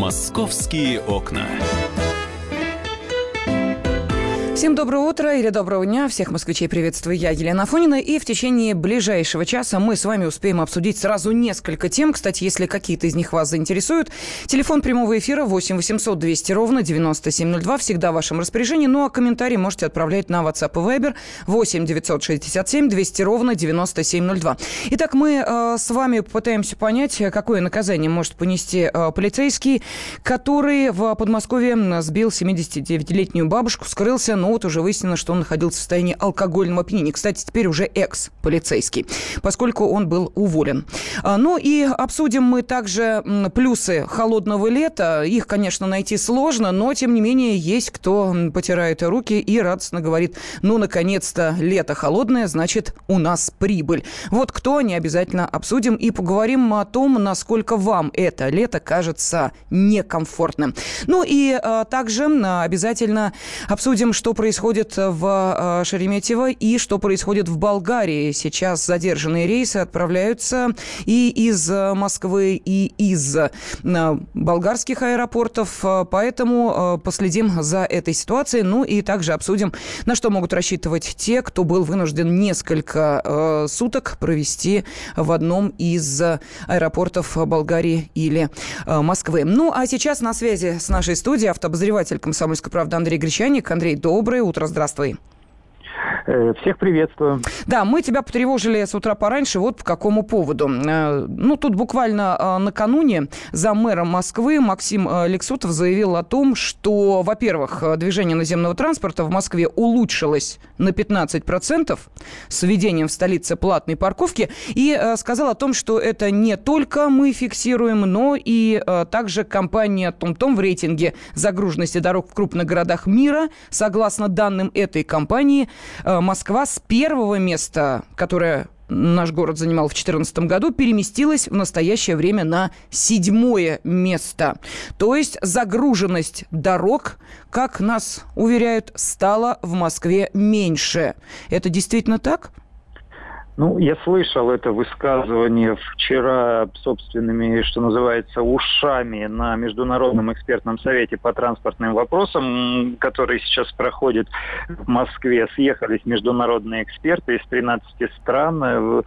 Московские окна. Всем доброе утро или доброго дня. Всех москвичей приветствую я, Елена Афонина. И в течение ближайшего часа мы с вами успеем обсудить сразу несколько тем. Кстати, если какие-то из них вас заинтересуют, телефон прямого эфира 8 800 200 ровно 9702. Всегда в вашем распоряжении. Ну а комментарии можете отправлять на WhatsApp и Viber 8 967 200 ровно 9702. Итак, мы с вами попытаемся понять, какое наказание может понести полицейский, который в Подмосковье сбил 79-летнюю бабушку, скрылся, но вот уже выяснено, что он находился в состоянии алкогольного опьянения. Кстати, теперь уже экс-полицейский, поскольку он был уволен. Ну и обсудим мы также плюсы холодного лета. Их, конечно, найти сложно, но, тем не менее, есть кто потирает руки и радостно говорит: ну, наконец-то лето холодное, значит, у нас прибыль. Вот кто, не обязательно обсудим и поговорим о том, насколько вам это лето кажется некомфортным. Ну и также обязательно обсудим, что происходит в Шереметьево и что происходит в Болгарии. Сейчас задержанные рейсы отправляются и из Москвы, и из болгарских аэропортов. Поэтому последим за этой ситуацией. Ну и также обсудим, на что могут рассчитывать те, кто был вынужден несколько суток провести в одном из аэропортов Болгарии или Москвы. Ну а сейчас на связи с нашей студией автообозреватель «Комсомольской правды» Андрей Гречаник. Андрей, доброе утро, здравствуй. Всех приветствую. Да, мы тебя потревожили с утра пораньше, вот по какому поводу. Ну, тут буквально накануне заммэра Москвы Максим Лексутов заявил о том, что, во-первых, движение наземного транспорта в Москве улучшилось на 15% с введением в столице платной парковки, и сказал о том, что это не только мы фиксируем, но и также компания TomTom в рейтинге загруженности дорог в крупных городах мира. Согласно данным этой компании, Москва с первого места, которое наш город занимал в 2014 году, переместилась в настоящее время на 7-е место. То есть загруженность дорог, как нас уверяют, стала в Москве меньше. Это действительно так? Ну, я слышал это высказывание вчера собственными, что называется, ушами на Международном экспертном совете по транспортным вопросам, который сейчас проходит в Москве. Съехались международные эксперты из 13 стран.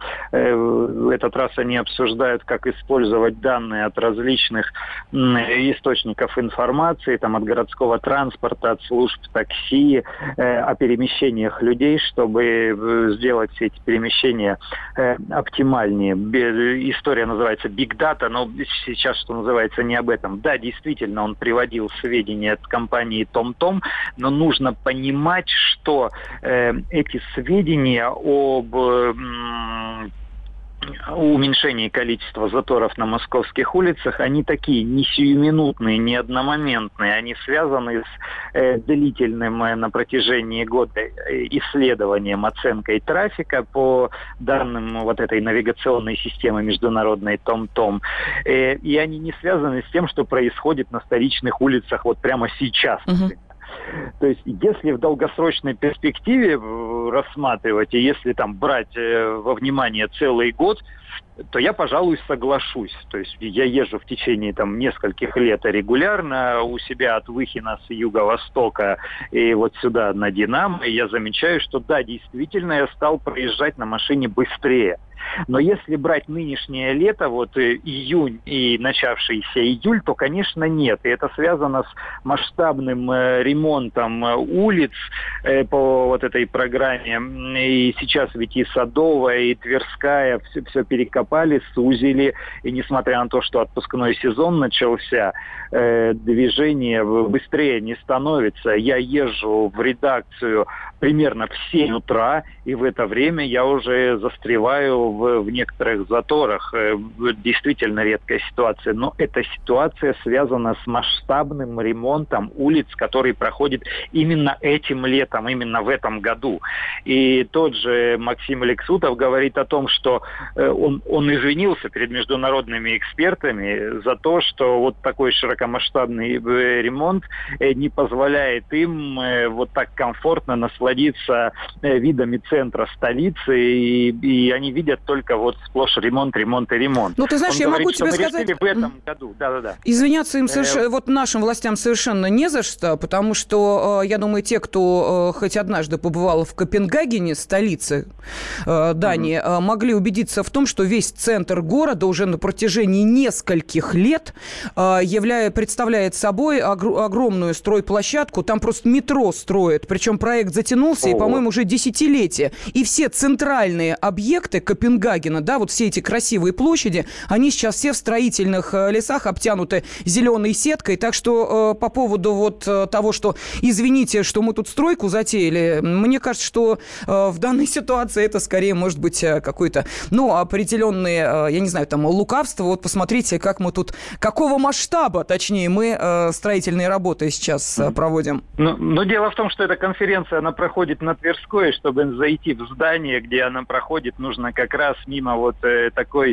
В этот раз они обсуждают, как использовать данные от различных источников информации, там, от городского транспорта, от служб такси, о перемещениях людей, чтобы сделать все эти перемещения оптимальнее. История называется Big Data, но сейчас, что называется, не об этом. Да, действительно, он приводил сведения от компании TomTom, но нужно понимать, что эти сведения об уменьшении количества заторов на московских улицах, они такие не сиюминутные, не одномоментные, они связаны с длительным на протяжении года исследованием, оценкой трафика по данным вот этой навигационной системы международной TomTom. И они не связаны с тем, что происходит на столичных улицах вот прямо сейчас. То есть, если в долгосрочной перспективе рассматривать, и если там брать во внимание целый год, то я, пожалуй, соглашусь. То есть я езжу в течение там нескольких лет регулярно у себя от Выхина с юго-востока и вот сюда на Динамо, и я замечаю, что да, действительно я стал проезжать на машине быстрее. Но если брать нынешнее лето, вот июнь и начавшийся июль, то, конечно, нет. И это связано с масштабным ремонтом улиц по вот этой программе. И сейчас ведь и Садовая, и Тверская все перекопали, сузили. И несмотря на то, что отпускной сезон начался, движение быстрее не становится. Я езжу в редакцию примерно в 7 утра, и в это время я уже застреваю в некоторых заторах. Действительно редкая ситуация, но эта ситуация связана с масштабным ремонтом улиц, который проходит именно этим летом, именно в этом году. И тот же Максим Лексутов говорит о том, что он извинился перед международными экспертами за то, что вот такой широкомасштабный ремонт не позволяет им вот так комфортно насладиться видами центра столицы, и они видят только вот сплошь ремонт и ремонт. Ну, ты знаешь, Он я говорит, могу тебе сказать... решили в этом году. Да. Извиняться им вот нашим властям совершенно не за что, потому что, я думаю, те, кто хоть однажды побывал в Копенгагене, столице Дании, могли убедиться в том, что весь центр города уже на протяжении нескольких лет представляет собой огромную стройплощадку. Там просто метро строят. Причем проект затянулся, и, по-моему, уже десятилетие. И все центральные объекты Копенгагена, да, вот все эти красивые площади, они сейчас все в строительных лесах обтянуты зеленой сеткой. Так что по поводу вот того, что, извините, что мы тут стройку затеяли, мне кажется, что в данной ситуации это скорее может быть какое-то, определенное, я не знаю, там, лукавство. Вот посмотрите, как мы тут, какого масштаба, точнее, мы строительные работы сейчас проводим. Но дело в том, что эта конференция, она проходит на Тверской. Чтобы зайти в здание, где она проходит, нужно как раз мимо вот такой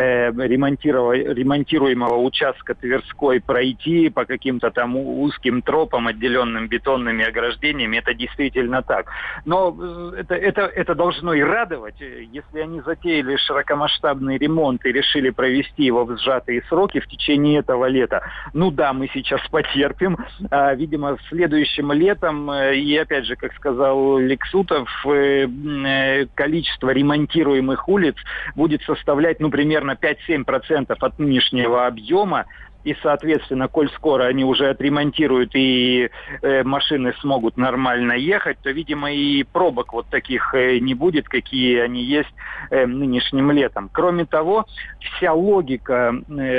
ремонтируемого участка Тверской пройти по каким-то там узким тропам, отделенным бетонными ограждениями. Это действительно так. Но это должно и радовать. Если они затеяли широкомасштабный ремонт и решили провести его в сжатые сроки в течение этого лета, мы сейчас потерпим. Видимо, следующим летом, и опять же, как сказал Лексутов, количество ремонтируемых улиц будет составлять, примерно 5-7% от нынешнего объема. И, соответственно, коль скоро они уже отремонтируют и машины смогут нормально ехать, то, видимо, и пробок вот таких не будет, какие они есть нынешним летом. Кроме того, вся логика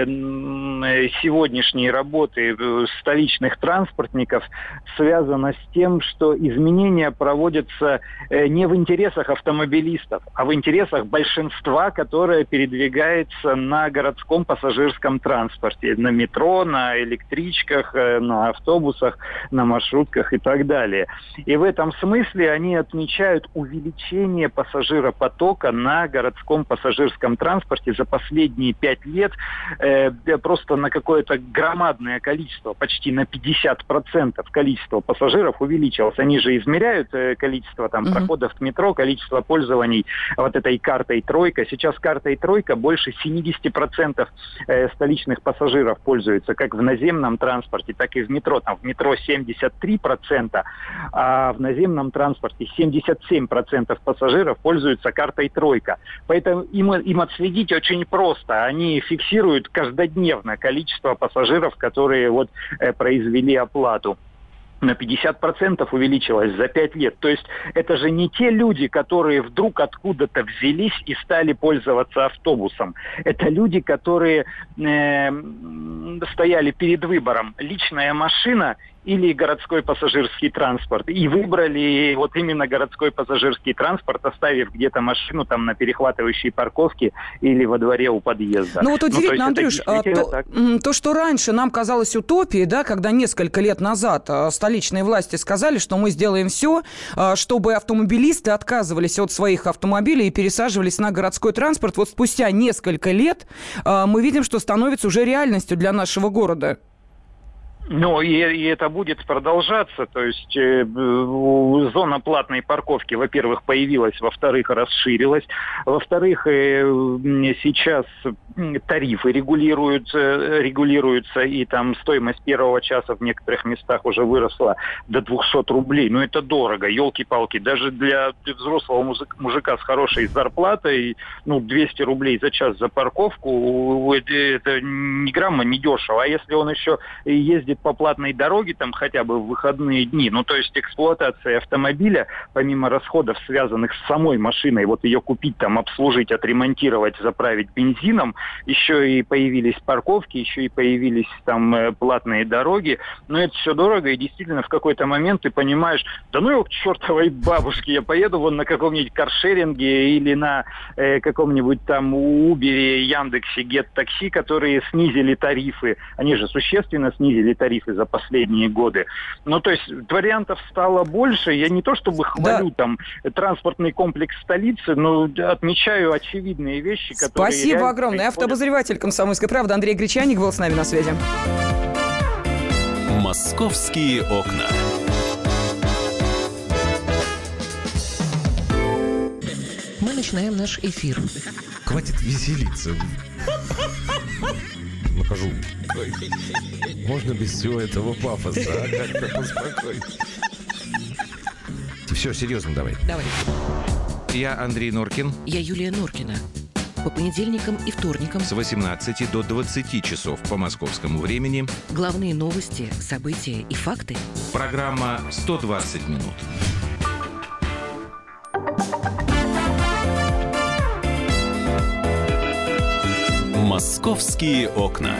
сегодняшней работы столичных транспортников связана с тем, что изменения проводятся не в интересах автомобилистов, а в интересах большинства, которое передвигается на городском пассажирском транспорте, на метро, на электричках, на автобусах, на маршрутках и так далее. И в этом смысле они отмечают увеличение пассажиропотока на городском пассажирском транспорте за последние 5 лет просто на какое-то громадное количество, почти на 50% количество пассажиров увеличилось. Они же измеряют количество проходов в метро, количество пользований вот этой картой «Тройка». Сейчас картой «Тройка» больше 70% столичных пассажиров пользуются как в наземном транспорте, так и в метро. Там в метро 73%, а в наземном транспорте 77% пассажиров пользуются картой «Тройка». Поэтому им отследить очень просто. Они фиксируют каждодневно количество пассажиров, которые произвели оплату. На 50% увеличилось за 5 лет. То есть это же не те люди, которые вдруг откуда-то взялись и стали пользоваться автобусом. Это люди, которые стояли перед выбором: личная машина или городской пассажирский транспорт. И выбрали именно городской пассажирский транспорт, оставив где-то машину там на перехватывающей парковке или во дворе у подъезда. Удивительно, Андрюш, то, что раньше нам казалось утопией, да, когда несколько лет назад столичные власти сказали, что мы сделаем все, чтобы автомобилисты отказывались от своих автомобилей и пересаживались на городской транспорт. Вот спустя несколько лет мы видим, что становится уже реальностью для нашего города. И это будет продолжаться. То есть зона платной парковки, во-первых, появилась, во-вторых, расширилась. Во-вторых, сейчас тарифы регулируются, и там стоимость первого часа в некоторых местах уже выросла до 200 рублей. Это дорого, елки-палки. Даже для взрослого мужика с хорошей зарплатой 200 рублей за час за парковку, это ни грамма не дешево. А если он еще ездит по платной дороге, там хотя бы в выходные дни, то есть эксплуатация автомобиля, помимо расходов, связанных с самой машиной, ее купить, обслужить, отремонтировать, заправить бензином, еще и появились парковки, еще и появились платные дороги, это все дорого, и действительно в какой-то момент ты понимаешь, его к чертовой бабушке, я поеду на каком-нибудь каршеринге или на каком-нибудь Uber, Яндексе, Get-такси, которые снизили тарифы, они же существенно снизили тарифы за последние годы. То есть вариантов стало больше. Я не то чтобы хвалю транспортный комплекс столицы, но отмечаю очевидные вещи, которые... Спасибо огромное. Автообозреватель «Комсомольской правды» Андрей Гречаник был с нами на связи. «Московские окна». Мы начинаем наш эфир. Хватит веселиться. Нахожу. Можно без всего этого пафоса, а? Как-то поспокойнее. Все, серьезно давай. Давай. Я Андрей Норкин. Я Юлия Норкина. По понедельникам и вторникам С 18 до 20 часов по московскому времени. главные новости, события и факты. Программа «120 минут». «Московские окна».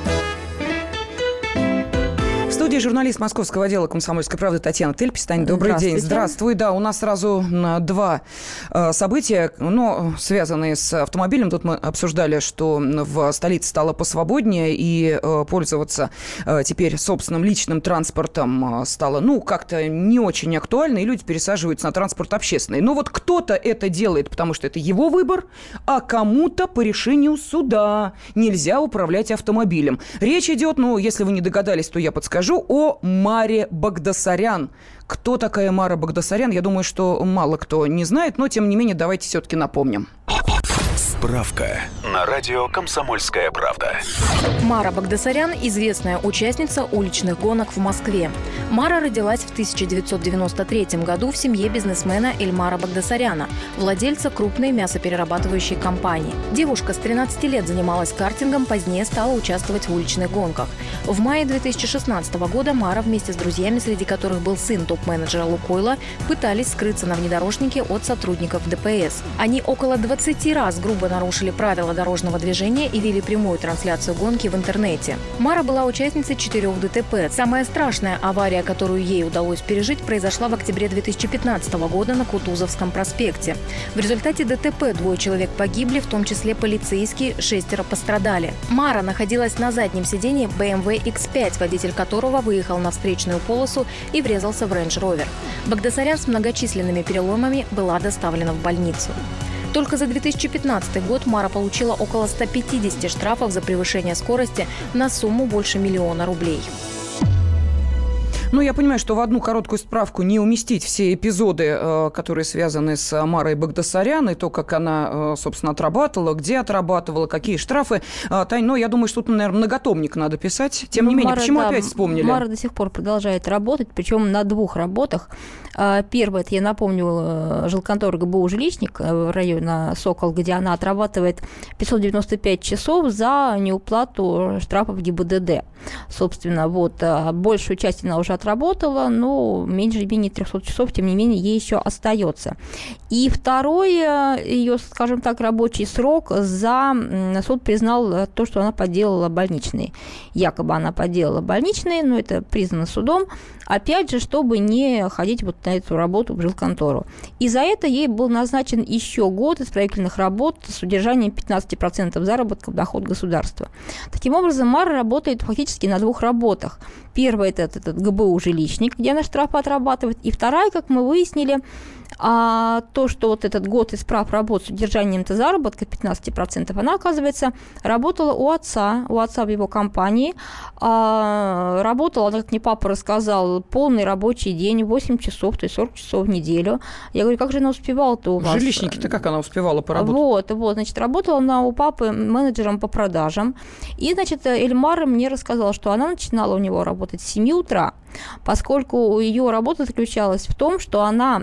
В студии журналист московского отдела «Комсомольской правды» Татьяна Тельпис. Тань, добрый день. Здравствуй. Да, у нас сразу два события, но связанные с автомобилем. Тут мы обсуждали, что в столице стало посвободнее, и пользоваться теперь собственным личным транспортом стало, как-то не очень актуально, и люди пересаживаются на транспорт общественный. Но вот кто-то это делает, потому что это его выбор, а кому-то по решению суда нельзя управлять автомобилем. Речь идет, если вы не догадались, то я подскажу, о Маре Багдасарян. Кто такая Мара Багдасарян? Я думаю, что мало кто не знает, но, тем не менее, давайте все-таки напомним. Справка на радио «Комсомольская правда». Мара Багдасарян – известная участница уличных гонок в Москве. Мара родилась в 1993 году в семье бизнесмена Эльмара Багдасаряна, владельца крупной мясоперерабатывающей компании. Девушка с 13 лет занималась картингом, позднее стала участвовать в уличных гонках. В мае 2016 года Мара вместе с друзьями, среди которых был сын топ-менеджера «Лукойла», пытались скрыться на внедорожнике от сотрудников ДПС. Они около 20 раз грубо нарушили правила дорожного движения и вели прямую трансляцию гонки в интернете. Мара была участницей 4 ДТП. Самая страшная авария, которую ей удалось пережить, произошла в октябре 2015 года на Кутузовском проспекте. В результате ДТП 2 человек погибли, в том числе полицейские, 6 пострадали. Мара находилась на заднем сидении BMW X5, водитель которого выехал на встречную полосу и врезался в Range Rover. Багдасарян с многочисленными переломами была доставлена в больницу. Только за 2015 год Мара получила около 150 штрафов за превышение скорости на сумму больше 1 000 000 рублей. Я понимаю, что в одну короткую справку не уместить все эпизоды, которые связаны с Марой Багдасарян, и то, как она, собственно, отрабатывала, где отрабатывала, какие штрафы. Тань, я думаю, что тут, наверное, многотомник надо писать. Тем не менее, Мара, почему опять вспомнили? Мара до сих пор продолжает работать, причем на 2 работах. Первое, это, я напомню, жилконтора ГБУ «Жилищник» в районе Сокол, где она отрабатывает 595 часов за неуплату штрафов ГИБДД. Собственно, большую часть она уже отработала, но менее 300 часов, тем не менее, ей еще остается. И второе, ее, скажем так, рабочий срок суд признал то, что она подделала больничные. Якобы она подделала больничные, но это признано судом, опять же, чтобы не ходить на эту работу в жилконтору. И за это ей был назначен еще год исправительных работ с удержанием 15% заработка в доход государства. Таким образом, Мара работает фактически на 2 работах. Первая – это этот ГБУ «Жилищник», где она штрафы отрабатывает. И вторая, как мы выяснили, то, что этот год исправ работ с удержанием заработка 15%, она, оказывается, работала у отца в его компании. Работала, как мне папа рассказал, полный рабочий день, 8 часов, то есть 40 часов в неделю. Я говорю, как же она успевала-то у вас? Жилищники-то как она успевала поработать? Значит, работала она у папы менеджером по продажам. И, значит, Эльмар мне рассказал, что она начинала у него работать с 7 утра, поскольку ее работа заключалась в том, что она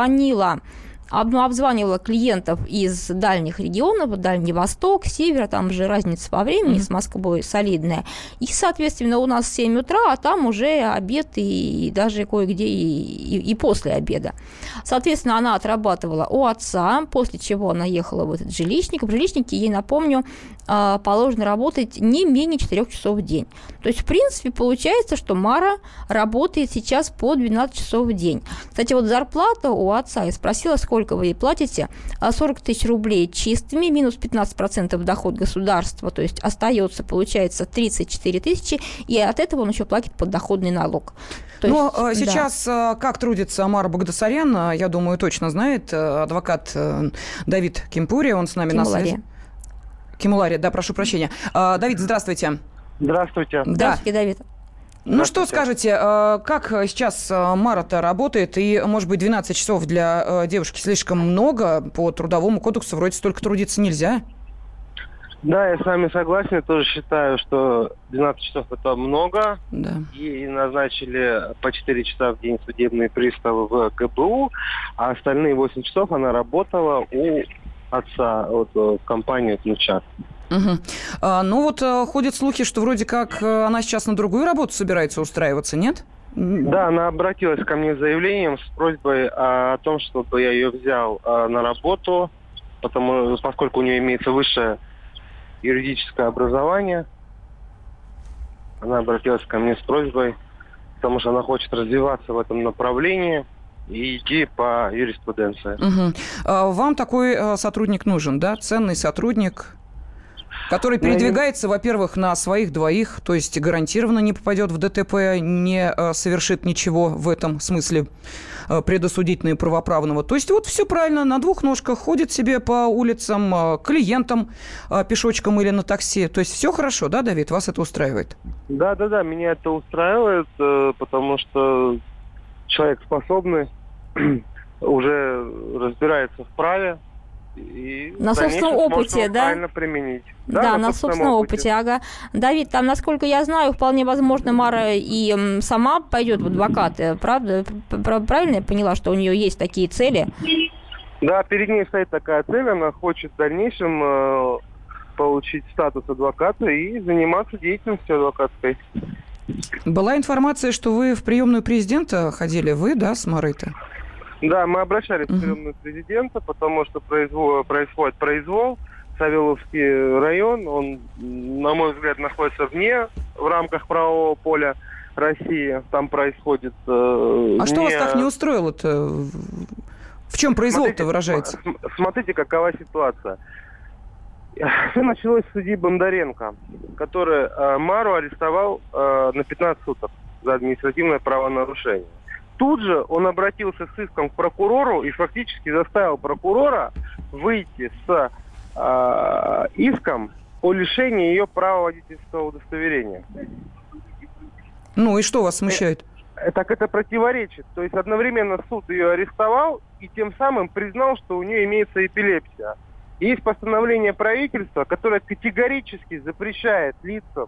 обзванивала клиентов из дальних регионов, Дальний Восток, Север, там же разница по времени с Москвой солидная. И, соответственно, у нас 7 утра, а там уже обед и даже кое-где и после обеда. Соответственно, она отрабатывала у отца, после чего она ехала в этот жилищник. В жилищнике, ей напомню, положено работать не менее 4 часов в день. То есть, в принципе, получается, что Мара работает сейчас по 12 часов в день. Кстати, зарплата у отца, я спросила, сколько вы ей платите, 40 тысяч рублей чистыми, минус 15% доход государства, то есть остается, получается, 34 тысячи, и от этого он еще платит подоходный налог. Сейчас как трудится Мара Багдасарян, я думаю, точно знает адвокат Давид Кимпури, он с нами на связи. Кимулари, да, прошу прощения. Давид, здравствуйте. Здравствуйте. Здравствуйте, Давид. Ну что скажете, как сейчас Мара-то работает? И, может быть, 12 часов для девушки слишком много? По Трудовому кодексу вроде столько трудиться нельзя. Да, я с вами согласен. Я тоже считаю, что 12 часов это много. Да. И назначили по 4 часа в день судебные приставы в ГБУ, а остальные 8 часов она работала у отца в компании «Ключа». Угу. Ну вот ходят слухи, что вроде как она сейчас на другую работу собирается устраиваться, нет? Да, она обратилась ко мне с заявлением, с просьбой о том, чтобы я ее взял на работу, поскольку у нее имеется высшее юридическое образование. Она обратилась ко мне с просьбой, потому что она хочет развиваться в этом направлении и идти по юриспруденции. Угу. Вам такой сотрудник нужен, да? Ценный сотрудник, который передвигается, во-первых, на своих двоих, то есть гарантированно не попадет в ДТП, не совершит ничего в этом смысле предосудительного и правоправного. То есть вот все правильно, на двух ножках ходит себе по улицам, клиентам пешочком или на такси. То есть все хорошо, да, Давид? Вас это устраивает? Да, меня это устраивает, потому что человек способный, уже разбирается в праве. И на собственном опыте, да? Правильно применить. Да, на собственном опыте, ага. Давид, там, насколько я знаю, вполне возможно, Мара и сама пойдет в адвокаты, правда? Правильно я поняла, что у нее есть такие цели? Да, перед ней стоит такая цель, она хочет в дальнейшем получить статус адвоката и заниматься деятельностью адвокатской. Была информация, что вы в приемную президента ходили, вы, да, с Марой-то? Да, мы обращались в приемную президента, потому что происходит произвол. Савеловский район, он, на мой взгляд, находится в рамках правового поля России. Там происходит... А что вас так не устроило-то? В чем произвол-то выражается? Смотрите, какова ситуация. Все началось с судьи Бондаренко, который Мару арестовал на 15 суток за административное правонарушение. Тут же он обратился с иском к прокурору и фактически заставил прокурора выйти с иском о лишении ее права водительского удостоверения. Ну и что вас смущает? Так это противоречит. То есть одновременно суд ее арестовал и тем самым признал, что у нее имеется эпилепсия. Есть постановление правительства, которое категорически запрещает лицам,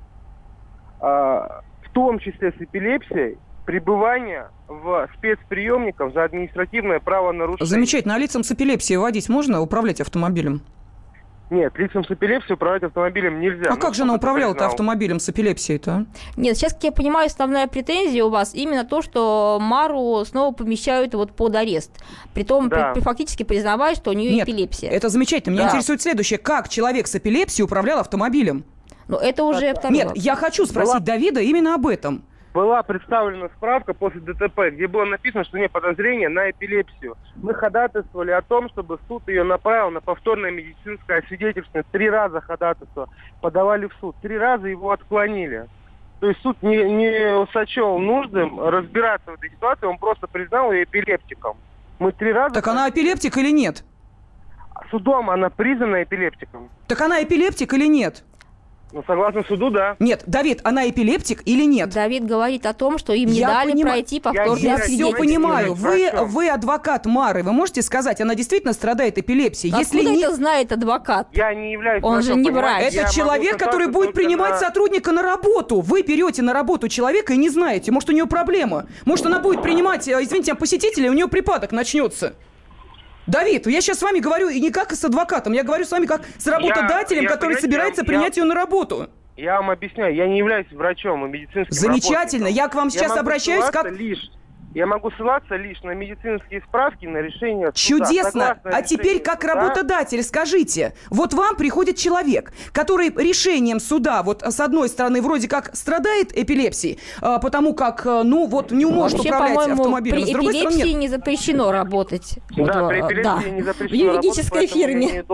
в том числе с эпилепсией, пребывание в спецприемниках за административное правонарушение. Замечательно. А лицам с эпилепсией водить можно, управлять автомобилем? Нет, лицам с эпилепсией управлять автомобилем нельзя. А как же она управляла-то автомобилем с эпилепсией-то? Нет, сейчас, как я понимаю, основная претензия у вас именно то, что Мару снова помещают вот под арест. Притом фактически признавая, что у нее эпилепсия. Это замечательно. Меня интересует следующее. Как человек с эпилепсией управлял автомобилем? Но это уже второй вопрос. Нет, я хочу спросить Давида именно об этом. Была представлена справка после ДТП, где было написано, что у нее подозрение на эпилепсию. Мы ходатайствовали о том, чтобы суд ее направил на повторное медицинское освидетельствование. 3 раза ходатайство подавали в суд. 3 раза его отклонили. То есть суд не сочел нужным разбираться в этой ситуации, он просто признал ее эпилептиком. Мы 3 раза... Так она эпилептик или нет? Судом она признана эпилептиком. Так она эпилептик или нет? Ну, согласно суду, да. Нет, Давид, она эпилептик или нет? Давид говорит о том, что им не дали пройти повторное Я все понимаю. Вы адвокат Мары. Вы можете сказать, она действительно страдает эпилепсией? Откуда это знает адвокат? Я не являюсь... Он же не врач. Это человек, который будет принимать сотрудника на работу. Вы берете на работу человека и не знаете. Может, у нее проблема. Может, она будет принимать, извините, посетителей, у нее припадок начнется. Давид, я сейчас с вами говорю и не как с адвокатом, я говорю с вами как с работодателем, который собирается принять ее на работу. Я вам объясняю, я не являюсь врачом и медицинским Замечательно, я к вам сейчас обращаюсь как... Я могу ссылаться лишь на медицинские справки, на решение суда. Чудесно. А теперь как работодатель скажите, вот вам приходит человек, который решением суда, вот с одной стороны вроде как страдает эпилепсией, потому как, ну вот не может управлять автомобилем. При эпилепсии не запрещено работать. Да, при эпилепсии не запрещено в юридической работать, фирме. Я не должен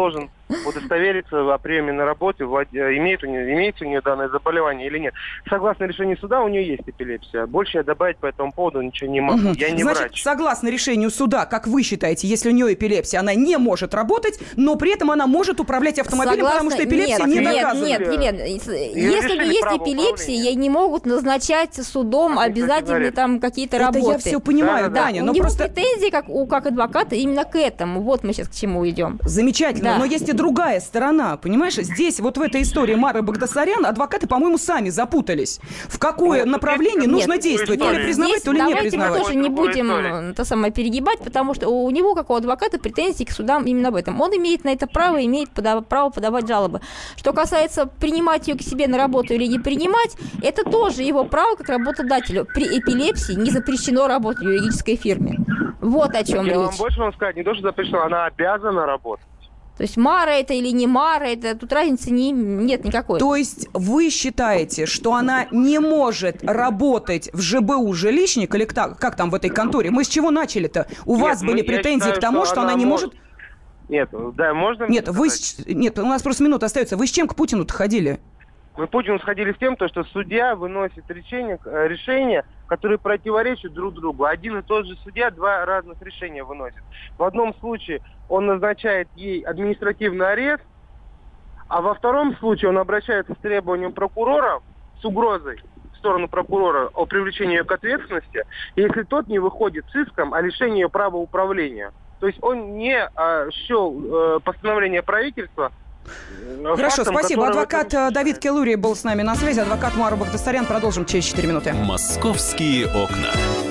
удостовериться о приеме на работе, имеется у нее данное заболевание или нет. Согласно решению суда, у нее есть эпилепсия. Больше я добавить по этому поводу ничего не могу. Я не Значит, врач. согласно решению суда, как вы считаете, если у нее эпилепсия, она не может работать, но при этом она может управлять автомобилем, потому что эпилепсия не наказана. Нет, Елена, если есть эпилепсия, ей не могут назначать судом обязательно там какие-то работы. Это я все понимаю, Да, Таня, у но него просто... претензии, как адвоката, именно к этому. Вот мы сейчас к чему идем. Замечательно, Да. но есть и другая сторона, понимаешь? Здесь, вот в этой истории Мары Багдасарян, адвокаты, по-моему, сами запутались. В какое направление нужно действовать? То ли признавать, то ли не признавать. Давайте мы тоже не будем перегибать, потому что у него, как у адвоката, претензии к судам именно об этом. Он имеет на это право, имеет право подавать жалобы. Что касается принимать ее к себе на работу или не принимать, это тоже его право как работодателю. При эпилепсии не запрещено работать в юридической фирме. Вот о чем речь. Я вам больше вам сказать, не то, что запрещено, она обязана работать. То есть Мара это или не Мара, это тут разницы нет никакой. То есть вы считаете, что она не может работать в ЖБУ жилищник, или как там в этой конторе? Мы с чего начали-то? У вас были претензии к тому, что она не может... Нет, да, можно... Нет, у нас просто минута остается. Вы с чем к Путину-то ходили? Мы к Путину сходили с тем, что судья выносит решения, которые противоречат друг другу. Один и тот же судья два разных решения выносит. В одном случае он назначает ей административный арест, а во втором случае он обращается с требованием прокурора, с угрозой в сторону прокурора о привлечении ее к ответственности, если тот не выходит с иском о лишении ее права управления. То есть он не счел постановление правительства. Хорошо, фактом, спасибо. Адвокат который... Давид Келури был с нами на связи. Адвокат Мара Багдасарян. Продолжим через 4 минуты. «Московские окна».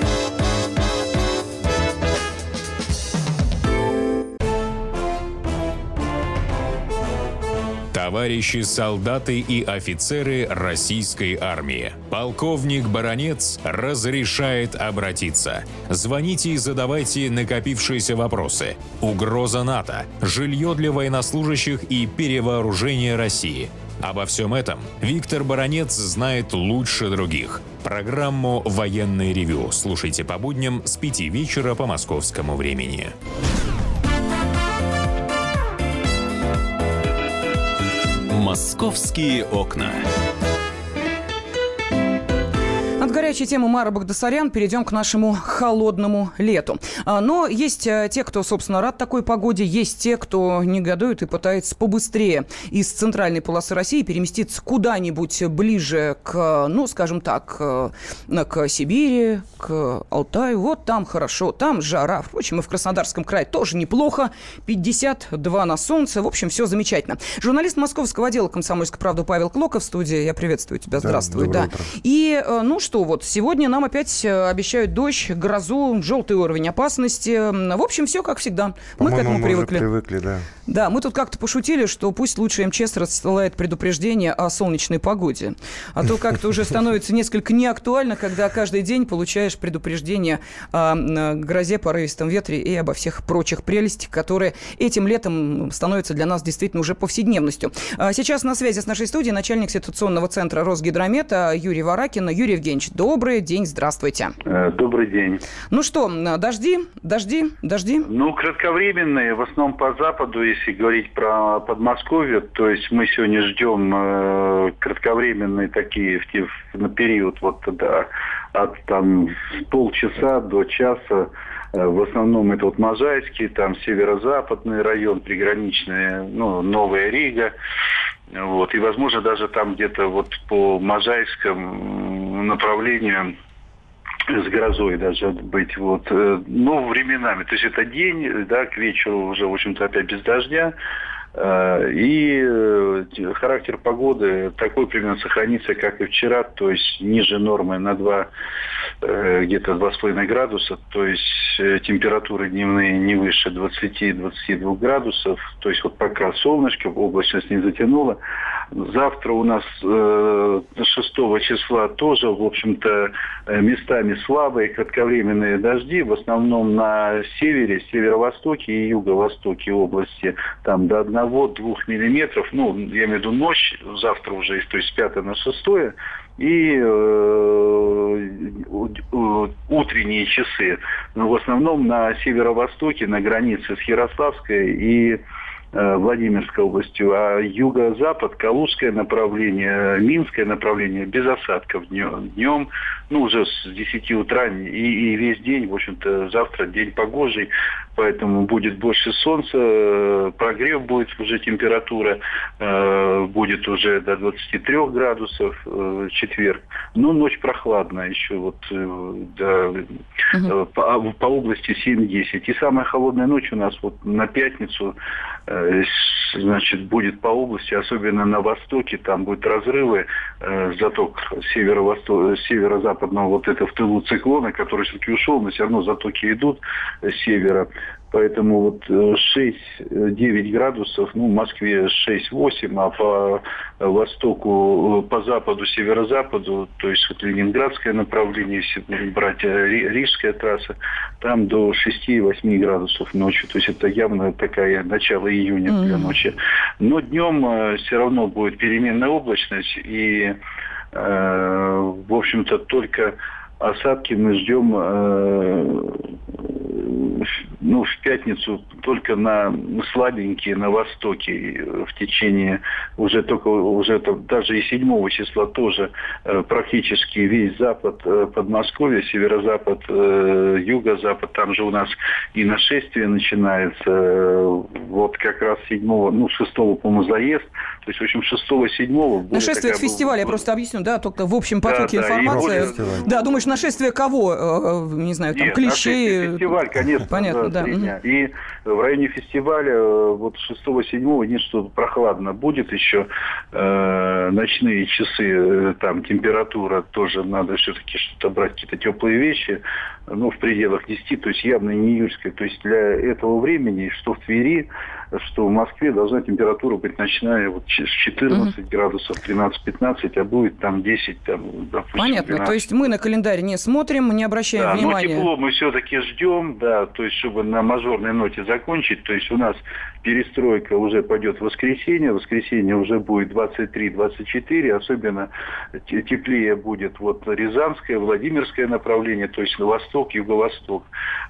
Товарищи солдаты и офицеры российской армии, полковник Баранец разрешает обратиться. Звоните и задавайте накопившиеся вопросы. Угроза НАТО, жилье для военнослужащих и перевооружение России. Обо всем этом Виктор Баранец знает лучше других. Программу «Военное ревю» слушайте по будням с 5 вечера по московскому времени. «Московские окна». От горячей темы Мары Багдасарян перейдем к нашему холодному лету. Но есть те, кто, собственно, рад такой погоде, есть те, кто негодует и пытается побыстрее из центральной полосы России переместиться куда-нибудь ближе к, ну, скажем так, к Сибири, к Алтаю. Вот там хорошо, там жара. Впрочем, и в Краснодарском крае тоже неплохо. 52 на солнце. В общем, все замечательно. Журналист московского отдела «Комсомольской правды» Павел Клоков в студии. Я приветствую тебя. Здравствуй. Да. И, ну что, вот сегодня нам опять обещают дождь, грозу, желтый уровень опасности. В общем, все как всегда. Мы к этому привыкли. Да. Да, мы тут как-то пошутили, что пусть лучше МЧС рассылает предупреждение о солнечной погоде. А то как-то уже становится несколько неактуально, когда каждый день получаешь предупреждение о грозе, порывистом ветре и обо всех прочих прелестях, которые этим летом становятся для нас действительно уже повседневностью. Сейчас на связи с нашей студией начальник ситуационного центра Росгидромета Юрий Варакин. Юрий Евгеньевич, добрый день, здравствуйте. Добрый день. Ну что, дожди? Ну, кратковременные, в основном по западу, если говорить про Подмосковье, то есть мы сегодня ждем кратковременные такие на период вот да, от там полчаса до часа. В основном это вот Можайский, там северо-западный район, приграничный, ну, Новая Рига. Вот, и, возможно, даже там где-то вот по Можайскому направлению с грозой даже быть. Вот. Ну, временами. То есть это день, да, к вечеру уже, в общем-то, опять без дождя. И характер погоды такой примерно сохранится, как и вчера, то есть ниже нормы на где-то 2,5 градуса, то есть температуры дневные не выше 20-22 градусов, то есть вот пока солнышко, облачность не затянуло. Завтра у нас 6 числа тоже, в общем-то, местами слабые кратковременные дожди, в основном на севере, северо-востоке и юго-востоке области, там до 1-2 миллиметров, ну, я имею в виду ночь, завтра уже, то есть с 5 на 6, и утренние часы. Но в основном на северо-востоке, на границе с Ярославской и Владимирской областью, а юго-запад, Калужское направление, Минское направление без осадков днем, уже с 10 утра и весь день, в общем-то, завтра день погожий, поэтому будет больше солнца, прогрев будет уже, температура будет уже до 23 градусов в четверг, но ночь прохладная еще по области 7-10. И самая холодная ночь у нас на пятницу, значит, будет по области, особенно на востоке, там будут разрывы, заток северо-западного это в тылу циклона, который все-таки ушел, но все равно затоки идут с севера. Поэтому 6-9 градусов, в Москве 6-8, а по востоку, по западу, северо-западу, то есть Ленинградское направление, если брать Рижская трасса, там до 6-8 градусов ночью. То есть это явно такая начало июня для ночи. Но днем все равно будет переменная облачность, и, в общем-то, только осадки мы ждем в пятницу только на слабенькие на востоке в течение даже и 7 числа тоже практически весь запад Подмосковья, северо-запад, юго-запад, там же у нас и нашествие начинается как раз 7-го, 6-го, по-моему, заезд, то есть, в общем, 6-го, 7-го... Нашествие — это фестиваль, я просто объясню, только в общем потоке информации. Думаешь, нашествие кого? Не знаю, там, клещей... Фестиваль, конечно. Понятно, да. И в районе фестиваля 6-7 дня что-то прохладно будет еще. Ночные часы, там температура тоже, надо все-таки что-то брать, какие-то теплые вещи, в пределах 10, то есть явно не июльская. То есть для этого времени, что в Твери, что в Москве, должна температура быть ночная с 14 градусов, 13-15, а будет там 10, допустим, Понятно, 12. То есть мы на календарь не смотрим, не обращаем внимания. Но тепло мы все-таки ждем, то есть чтобы на мажорной ноте закончить, то есть у нас перестройка уже пойдет в воскресенье уже будет 23-24, особенно теплее будет Рязанское, Владимирское направление, то есть на восток, юго-восток.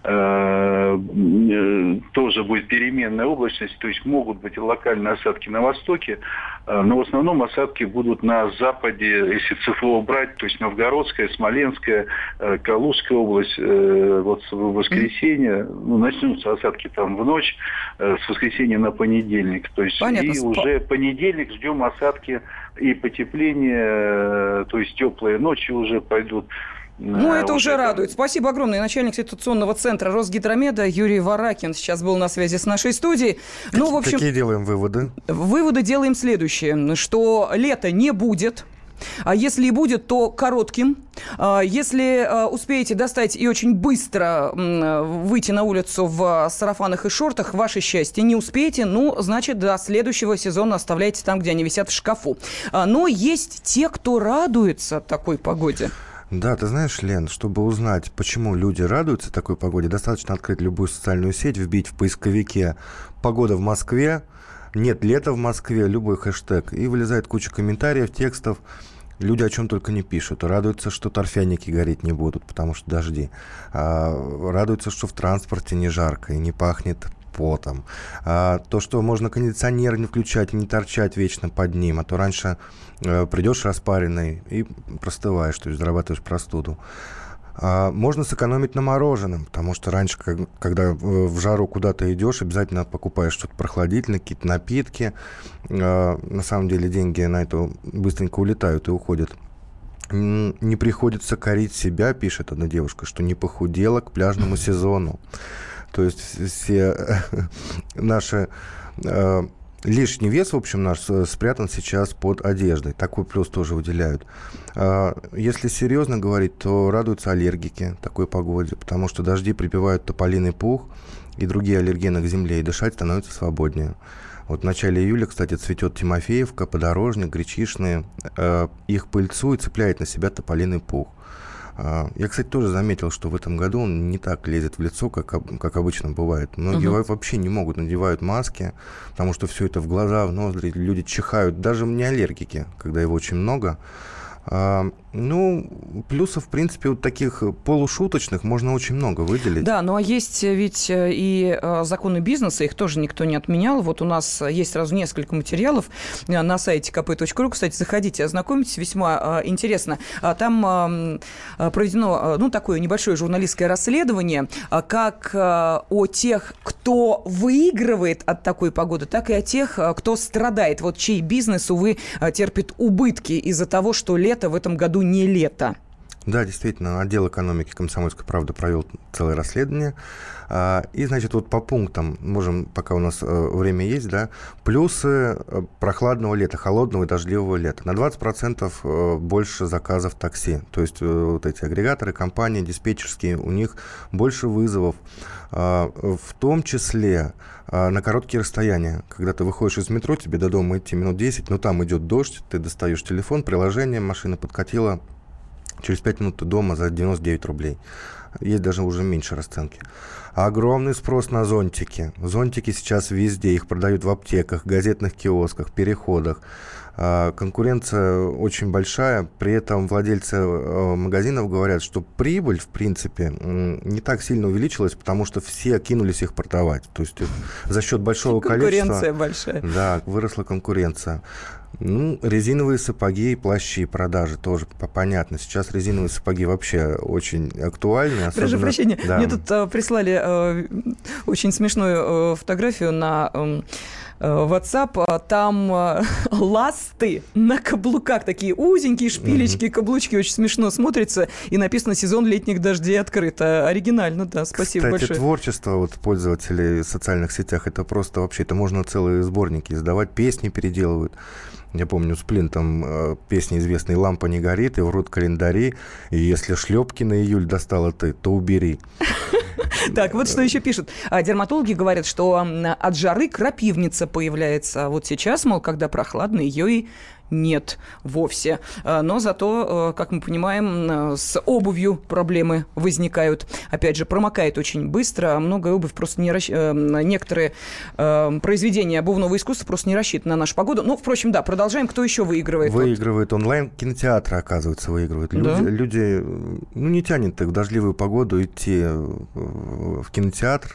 Тоже будет переменная облачность, то есть могут быть локальные осадки на востоке, но в основном осадки будут на западе, если цифрово брать, то есть Новгородская, Смоленская, Калужская область, в воскресенье, начнутся осадки там в ночь, с воскресенья на понедельник, то есть Понятно. И уже понедельник ждем осадки и потепление, то есть теплые ночи уже пойдут. Это уже радует. Спасибо огромное. Начальник ситуационного центра Росгидромеда Юрий Варакин сейчас был на связи с нашей студией. В общем, какие делаем выводы? Выводы делаем следующие, что лета не будет. А если и будет, то коротким. Если успеете достать и очень быстро выйти на улицу в сарафанах и шортах, ваше счастье. Не успеете, значит, до следующего сезона оставляйте там, где они висят в шкафу. Но есть те, кто радуется такой погоде. Да, ты знаешь, Лен, чтобы узнать, почему люди радуются такой погоде, достаточно открыть любую социальную сеть, вбить в поисковике «Погода в Москве», «Нет лета в Москве», любой хэштег, и вылезает куча комментариев, текстов. Люди о чем только не пишут. Радуются, что торфяники гореть не будут, потому что дожди. Радуются, что в транспорте не жарко и не пахнет потом. То, что можно кондиционер не включать, не торчать вечно под ним, а то раньше придешь распаренный и простываешь, то есть зарабатываешь простуду. Можно сэкономить на мороженом, потому что раньше, когда в жару куда-то идешь, обязательно покупаешь что-то прохладительное, какие-то напитки. На самом деле деньги на это быстренько улетают и уходят. Не приходится корить себя, пишет одна девушка, что не похудела к пляжному сезону. То есть все наши... Лишний вес, в общем, наш спрятан сейчас под одеждой. Такой плюс тоже выделяют. Если серьезно говорить, то радуются аллергики такой погоде, потому что дожди прибивают тополиный пух и другие аллергены к земле, и дышать становится свободнее. В начале июля, кстати, цветет Тимофеевка, подорожник, гречишные. Их пыльцу и цепляет на себя тополиный пух. Я, кстати, тоже заметил, что в этом году он не так лезет в лицо, как обычно бывает. Многие вообще не могут, надевают маски, потому что все это в глаза, в ноздри, люди чихают. Даже не аллергики, когда его очень много. Ну, плюсов, в принципе, вот таких полушуточных можно очень много выделить. Да, ну а есть ведь и законы бизнеса, их тоже никто не отменял. Вот у нас есть сразу несколько материалов на сайте kp.ru. Кстати, заходите, ознакомьтесь, весьма интересно. Там проведено, такое небольшое журналистское расследование, как о тех, кто выигрывает от такой погоды, так и о тех, кто страдает. Вот чей бизнес, увы, терпит убытки из-за того, что лето в этом году не лето. Да, действительно, отдел экономики «Комсомольской правды» провел целое расследование. И, значит, вот по пунктам, можем, пока у нас время есть, да, плюсы прохладного лета, холодного и дождливого лета. На 20% больше заказов такси. То есть вот эти агрегаторы, компании, диспетчерские, у них больше вызовов. В том числе на короткие расстояния. Когда ты выходишь из метро, тебе до дома идти минут 10, но там идет дождь, ты достаешь телефон, приложение, машина подкатила, через 5 минут ты дома за 99 рублей. Есть даже уже меньше расценки. Огромный спрос на зонтики. Зонтики сейчас везде. Их продают в аптеках, газетных киосках, переходах. Конкуренция очень большая. При этом владельцы магазинов говорят, что прибыль, в принципе, не так сильно увеличилась, потому что все кинулись их продавать. То есть за счет большого количества... Конкуренция большая. Да, выросла конкуренция. Резиновые сапоги и плащи продажи тоже понятно. Сейчас резиновые сапоги вообще очень актуальны. Особенно... Прошу прощения, да. Мне тут прислали очень смешную фотографию на WhatsApp. Там ласты на каблуках, такие узенькие шпилечки, каблучки, очень смешно смотрится. И написано «Сезон летних дождей открыт». Оригинально, да, спасибо большое. Кстати, творчество вот пользователей в социальных сетях, это просто вообще, это можно целые сборники издавать, песни переделывают. Я помню, Сплин, там песни известные «Лампа не горит» и «Врут календари», и «Если шлепки на июль достала ты, то убери». Так, вот что еще пишут. Дерматологи говорят, что от жары крапивница появляется. А вот сейчас, мол, когда прохладно, ее и нет вовсе. Но зато, как мы понимаем, с обувью проблемы возникают. Опять же, промокает очень быстро. Многое обувь просто не некоторые произведения обувного искусства просто не рассчитаны на нашу погоду. Ну, впрочем, да, продолжаем. Кто еще выигрывает? Выигрывает онлайн-кинотеатры, оказывается, выигрывают. Люди не тянет их в дождливую погоду идти в кинотеатр.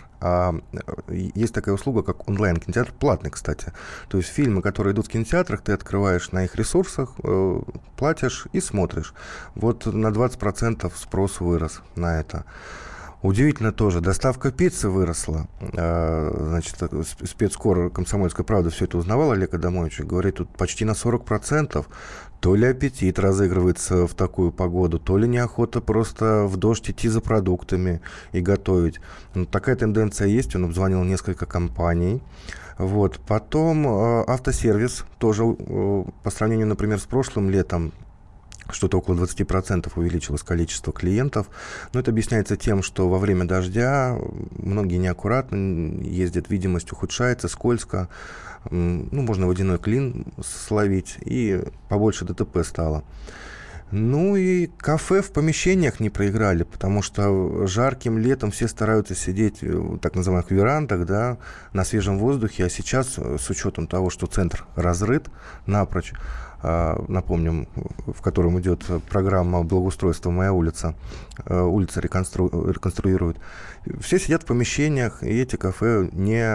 Есть такая услуга, как онлайн-кинотеатр, платный, кстати. То есть фильмы, которые идут в кинотеатрах, ты открываешь на их ресурсах, платишь и смотришь. Вот на 20% спрос вырос на это. Удивительно тоже, доставка пиццы выросла. Значит, спецкор «Комсомольская правда» все это узнавал, Олег Адамович, говорит, тут почти на 40%. То ли аппетит разыгрывается в такую погоду, то ли неохота просто в дождь идти за продуктами и готовить. Такая тенденция есть, он обзвонил несколько компаний. Вот. Потом автосервис тоже по сравнению, например, с прошлым летом, что-то около 20% увеличилось количество клиентов. Но это объясняется тем, что во время дождя многие неаккуратно ездят, видимость ухудшается, скользко. Можно водяной клин словить, и побольше ДТП стало. И кафе в помещениях не проиграли, потому что жарким летом все стараются сидеть в так называемых верандах, да, на свежем воздухе, а сейчас, с учетом того, что центр разрыт напрочь, напомним, в котором идет программа благоустройства «Моя улица», улицы реконструируют. Все сидят в помещениях, и эти кафе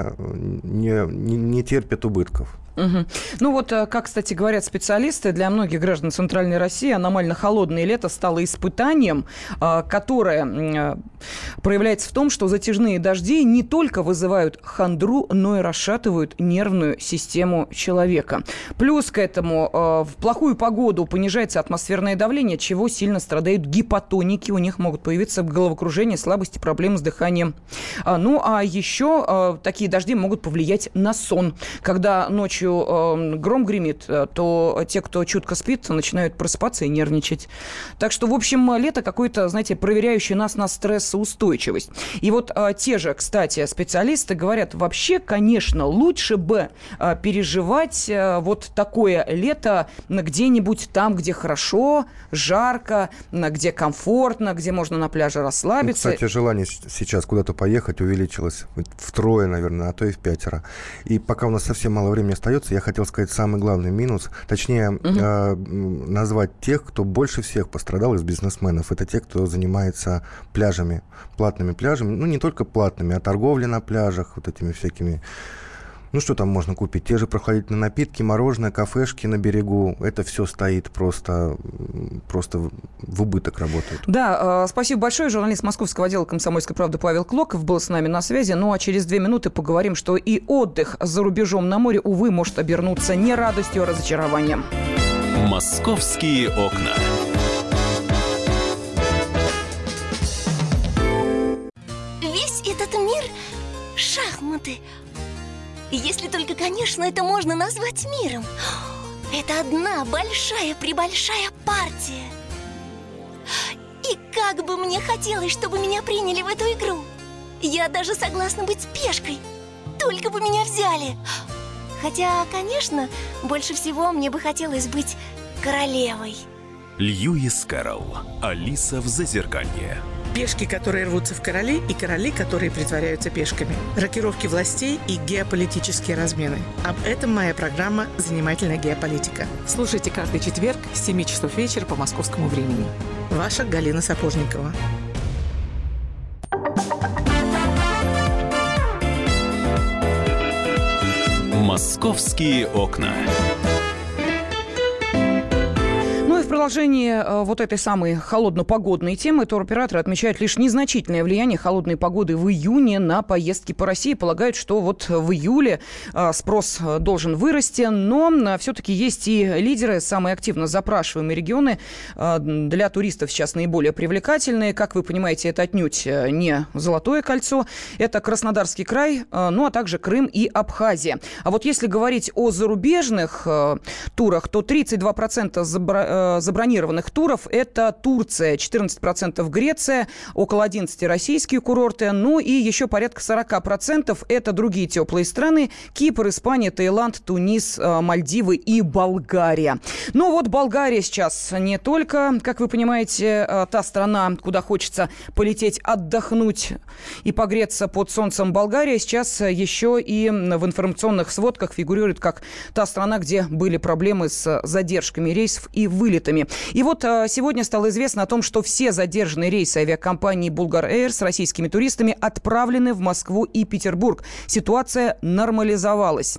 не терпят убытков. Угу. Как, кстати, говорят специалисты, для многих граждан Центральной России аномально холодное лето стало испытанием, которое проявляется в том, что затяжные дожди не только вызывают хандру, но и расшатывают нервную систему человека. Плюс к этому в плохую погоду понижается атмосферное давление, от чего сильно страдают гипотоники, у них могут появиться головокружение, слабости, проблемы с дыханием. А еще такие дожди могут повлиять на сон. Когда ночью гром гремит, то те, кто чутко спит, начинают просыпаться и нервничать. Так что, в общем, лето какое-то, знаете, проверяющее нас на стрессоустойчивость. И вот те же, кстати, специалисты говорят, вообще, конечно, лучше бы переживать вот такое лето где-нибудь там, где хорошо, жарко, где комфортно, где можно на пляже расслабиться. Ну, кстати, желание сейчас куда-то поехать увеличилось втрое, наверное, а то и в 5 раз. И пока у нас совсем мало времени остается, я хотел сказать самый главный минус, точнее, назвать тех, кто больше всех пострадал из бизнесменов. Это те, кто занимается пляжами, платными пляжами. Ну, не только платными, а торговля на пляжах, вот этими всякими... Ну, что там можно купить? Те же прохладительные напитки, мороженое, кафешки на берегу. Это все стоит просто в убыток работает. Да, спасибо большое. Журналист московского отдела «Комсомольской правды» Павел Клоков был с нами на связи. Ну, а через 2 минуты поговорим, что и отдых за рубежом на море, увы, может обернуться не радостью, а разочарованием. «Московские окна». Весь этот мир – шахматы. Если только, конечно, это можно назвать миром. Это одна большая-пребольшая партия. И как бы мне хотелось, чтобы меня приняли в эту игру. Я даже согласна быть пешкой. Только бы меня взяли. Хотя, конечно, больше всего мне бы хотелось быть королевой. Льюис Кэрролл. Алиса в Зазеркалье. Пешки, которые рвутся в короли, и короли, которые притворяются пешками. Рокировки властей и геополитические размены. Об этом моя программа «Занимательная геополитика». Слушайте каждый четверг с 7 часов вечера по московскому времени. Ваша Галина Сапожникова. «Московские окна». В продолжении вот этой самой холодно-погодной темы туроператоры отмечают лишь незначительное влияние холодной погоды в июне на поездки по России. Полагают, что вот в июле спрос должен вырасти, но все-таки есть и лидеры, самые активно запрашиваемые регионы для туристов сейчас наиболее привлекательные. Как вы понимаете, это отнюдь не Золотое кольцо, это Краснодарский край, ну а также Крым и Абхазия. А вот если говорить о зарубежных турах, то 32% забронированных туров – это Турция, 14% Греция, около 11% российские курорты, ну и еще порядка 40% – это другие теплые страны – Кипр, Испания, Таиланд, Тунис, Мальдивы и Болгария. Ну вот Болгария сейчас не только, как вы понимаете, та страна, куда хочется полететь отдохнуть и погреться под солнцем. Болгария сейчас еще и в информационных сводках фигурирует как та страна, где были проблемы с задержками рейсов и вылетами. И вот сегодня стало известно о том, что все задержанные рейсы авиакомпании Bulgar Air с российскими туристами отправлены в Москву и Петербург. Ситуация нормализовалась.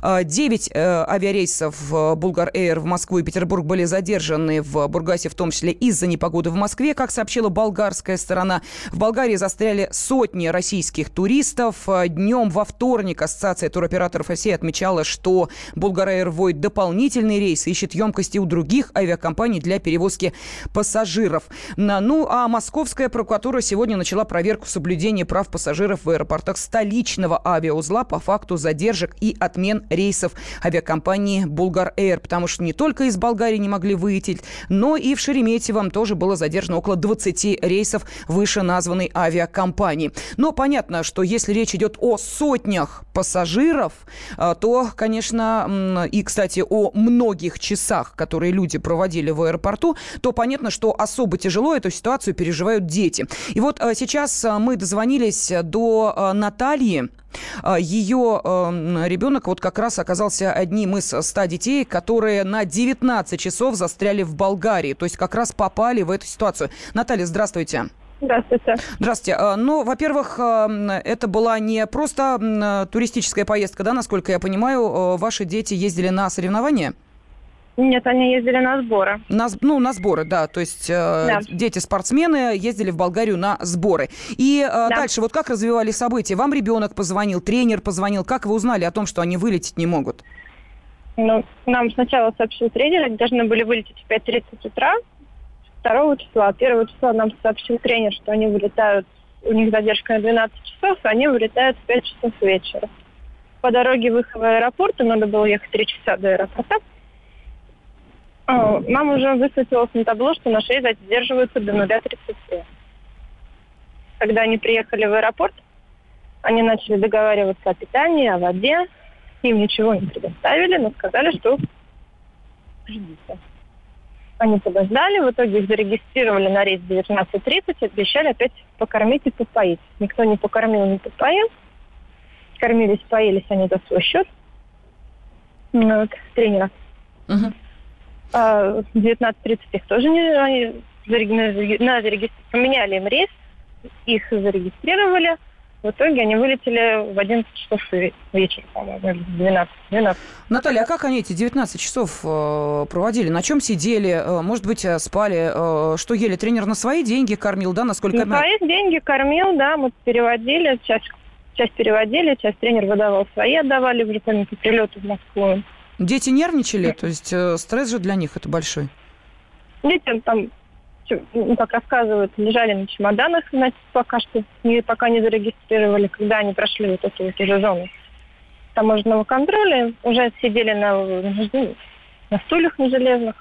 9 авиарейсов Bulgar Air в Москву и Петербург были задержаны в Бургасе, в том числе из-за непогоды в Москве, как сообщила болгарская сторона. В Болгарии застряли сотни российских туристов. Днем во вторник Ассоциация туроператоров России отмечала, что Bulgar Air вводит дополнительные рейсы, ищет емкости у других авиакомпаний для перевозки пассажиров. Ну, а Московская прокуратура сегодня начала проверку соблюдения прав пассажиров в аэропортах столичного авиаузла по факту задержек и отмен рейсов авиакомпании Bulgar Air, потому что не только из Болгарии не могли вылететь, но и в Шереметьево тоже было задержано около 20 рейсов вышеназванной авиакомпании. Но понятно, что если речь идет о сотнях пассажиров, то, конечно, и, кстати, о многих часах, которые люди проводили в аэропорту, то понятно, что особо тяжело эту ситуацию переживают дети. И вот сейчас мы дозвонились до Натальи. Ее ребенок вот как раз оказался одним из 100 детей, которые на 19 часов застряли в Болгарии. То есть как раз попали в эту ситуацию. Наталья, здравствуйте. Здравствуйте. Здравствуйте. Ну, во-первых, это была не просто туристическая поездка, да, насколько я понимаю. Ваши дети ездили на соревнования? Нет, они ездили на сборы. На сборы, да. То есть да. Дети-спортсмены ездили в Болгарию на сборы. И дальше, вот как развивались события? Вам ребенок позвонил, тренер позвонил. Как вы узнали о том, что они вылететь не могут? Ну, нам сначала сообщил тренер, они должны были вылететь в 5:30 утра 2 числа. 1 числа нам сообщил тренер, что они вылетают, у них задержка на 12 часов, и они вылетают в 5 часов вечера. По дороге в их аэропорт, надо было ехать 3 часа до аэропорта, нам уже высветилось на табло, что наши рейсы задерживаются до 0:30. Когда они приехали в аэропорт, они начали договариваться о питании, о воде. Им ничего не предоставили, но сказали, что кредита. Они подождали, в итоге их зарегистрировали на рейс 19:30, обещали опять покормить и попоить. Никто не покормил, не попоил. Кормились, поелись они за свой счет. Тренера. Угу. В 19:30 их тоже поменяли им рейс, их зарегистрировали. В итоге они вылетели в 11 часов вечера, по-моему, или 12. Наталья, а как они эти 19 часов проводили? На чем сидели? Может быть, спали? Что ели? Тренер на свои деньги кормил, да? Насколько на свои деньги кормил, да. Мы переводили, часть переводили, часть тренер выдавал свои, отдавали уже по прилету в Москву. Дети нервничали? То есть стресс же для них это большой? Дети там, как рассказывают, лежали на чемоданах, пока не зарегистрировали, когда они прошли вот эту вот уже зону таможенного контроля, уже сидели на стульях на железных.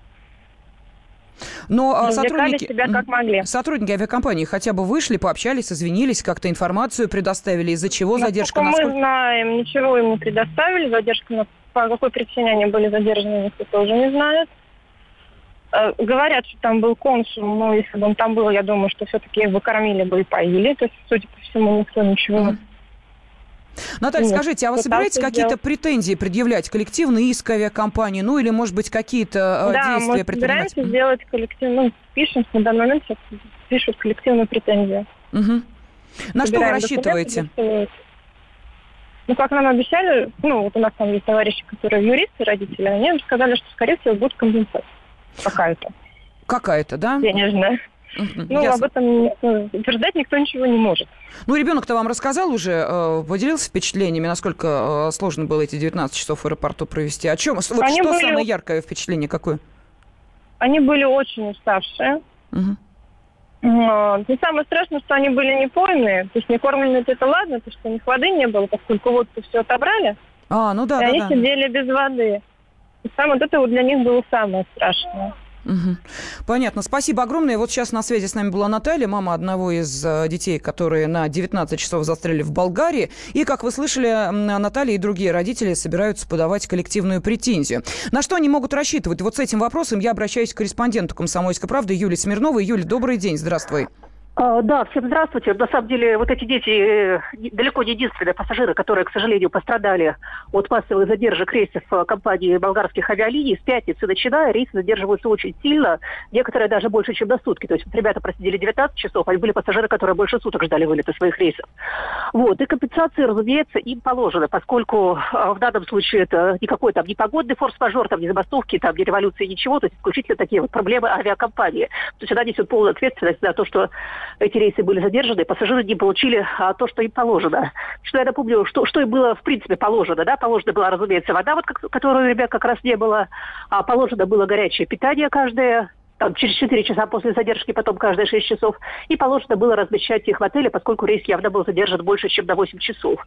Но себя как могли. Сотрудники авиакомпании хотя бы вышли, пообщались, извинились, как-то информацию предоставили, из-за чего задержка? Мы знаем, ничего им не предоставили, задержка, по какой причине они были задержаны, никто тоже не знает. Говорят, что там был консул, но если бы он там был, я думаю, что все-таки их бы кормили бы и поили. То есть, судя по всему, никто ничего... Наталья, скажите, а вы собираетесь какие-то претензии предъявлять, коллективный иск авиакомпании, ну или, может быть, какие-то действия предпринимать? Да, мы собираемся сделать коллективную, пишем, на данный момент пишут коллективную претензию. Угу. На что вы рассчитываете? Как нам обещали, вот у нас там есть товарищи, которые юристы, родители, они нам сказали, что, скорее всего, будет компенсация. Какая-то, да? Денежная. Об этом утверждать никто ничего не может. Ребенок-то вам рассказал уже, поделился впечатлениями, насколько сложно было эти 19 часов в аэропорту провести? О чем? Самое яркое впечатление какое? Они были очень уставшие. И самое страшное, что они были не пойманные. То есть не кормленные, это ладно, потому что у них воды не было, поскольку водку все отобрали. И они сидели без воды. И это для них было самое страшное. Угу. Понятно. Спасибо огромное. Вот сейчас на связи с нами была Наталья, мама одного из детей, которые на 19 часов застряли в Болгарии. И, как вы слышали, Наталья и другие родители собираются подавать коллективную претензию. На что они могут рассчитывать? Вот с этим вопросом я обращаюсь к корреспонденту «Комсомольской правды» Юлии Смирновой. Юля, добрый день. Здравствуй. Да, всем здравствуйте. На самом деле, вот эти дети далеко не единственные пассажиры, которые, к сожалению, пострадали от массовых задержек рейсов компании болгарских авиалиний. С пятницы начиная рейсы задерживаются очень сильно, некоторые даже больше, чем на сутки. То есть ребята просидели 19 часов, а были пассажиры, которые больше суток ждали вылета своих рейсов. И компенсации, разумеется, им положено, поскольку в данном случае это никакой там не погодный форс-мажор, там, не забастовки, там, не революции, ничего, то есть исключительно такие вот проблемы авиакомпании. То есть она несет полную ответственность за то, что эти рейсы были задержаны, пассажиры не получили то, что им положено. Что я напомню, что им было в принципе положено, да, положена была, разумеется, вода, которую у ребят как раз не было, положено было горячее питание каждое, через 4 часа после задержки, потом каждые 6 часов, и положено было размещать их в отеле, поскольку рейс явно был задержан больше, чем на 8 часов.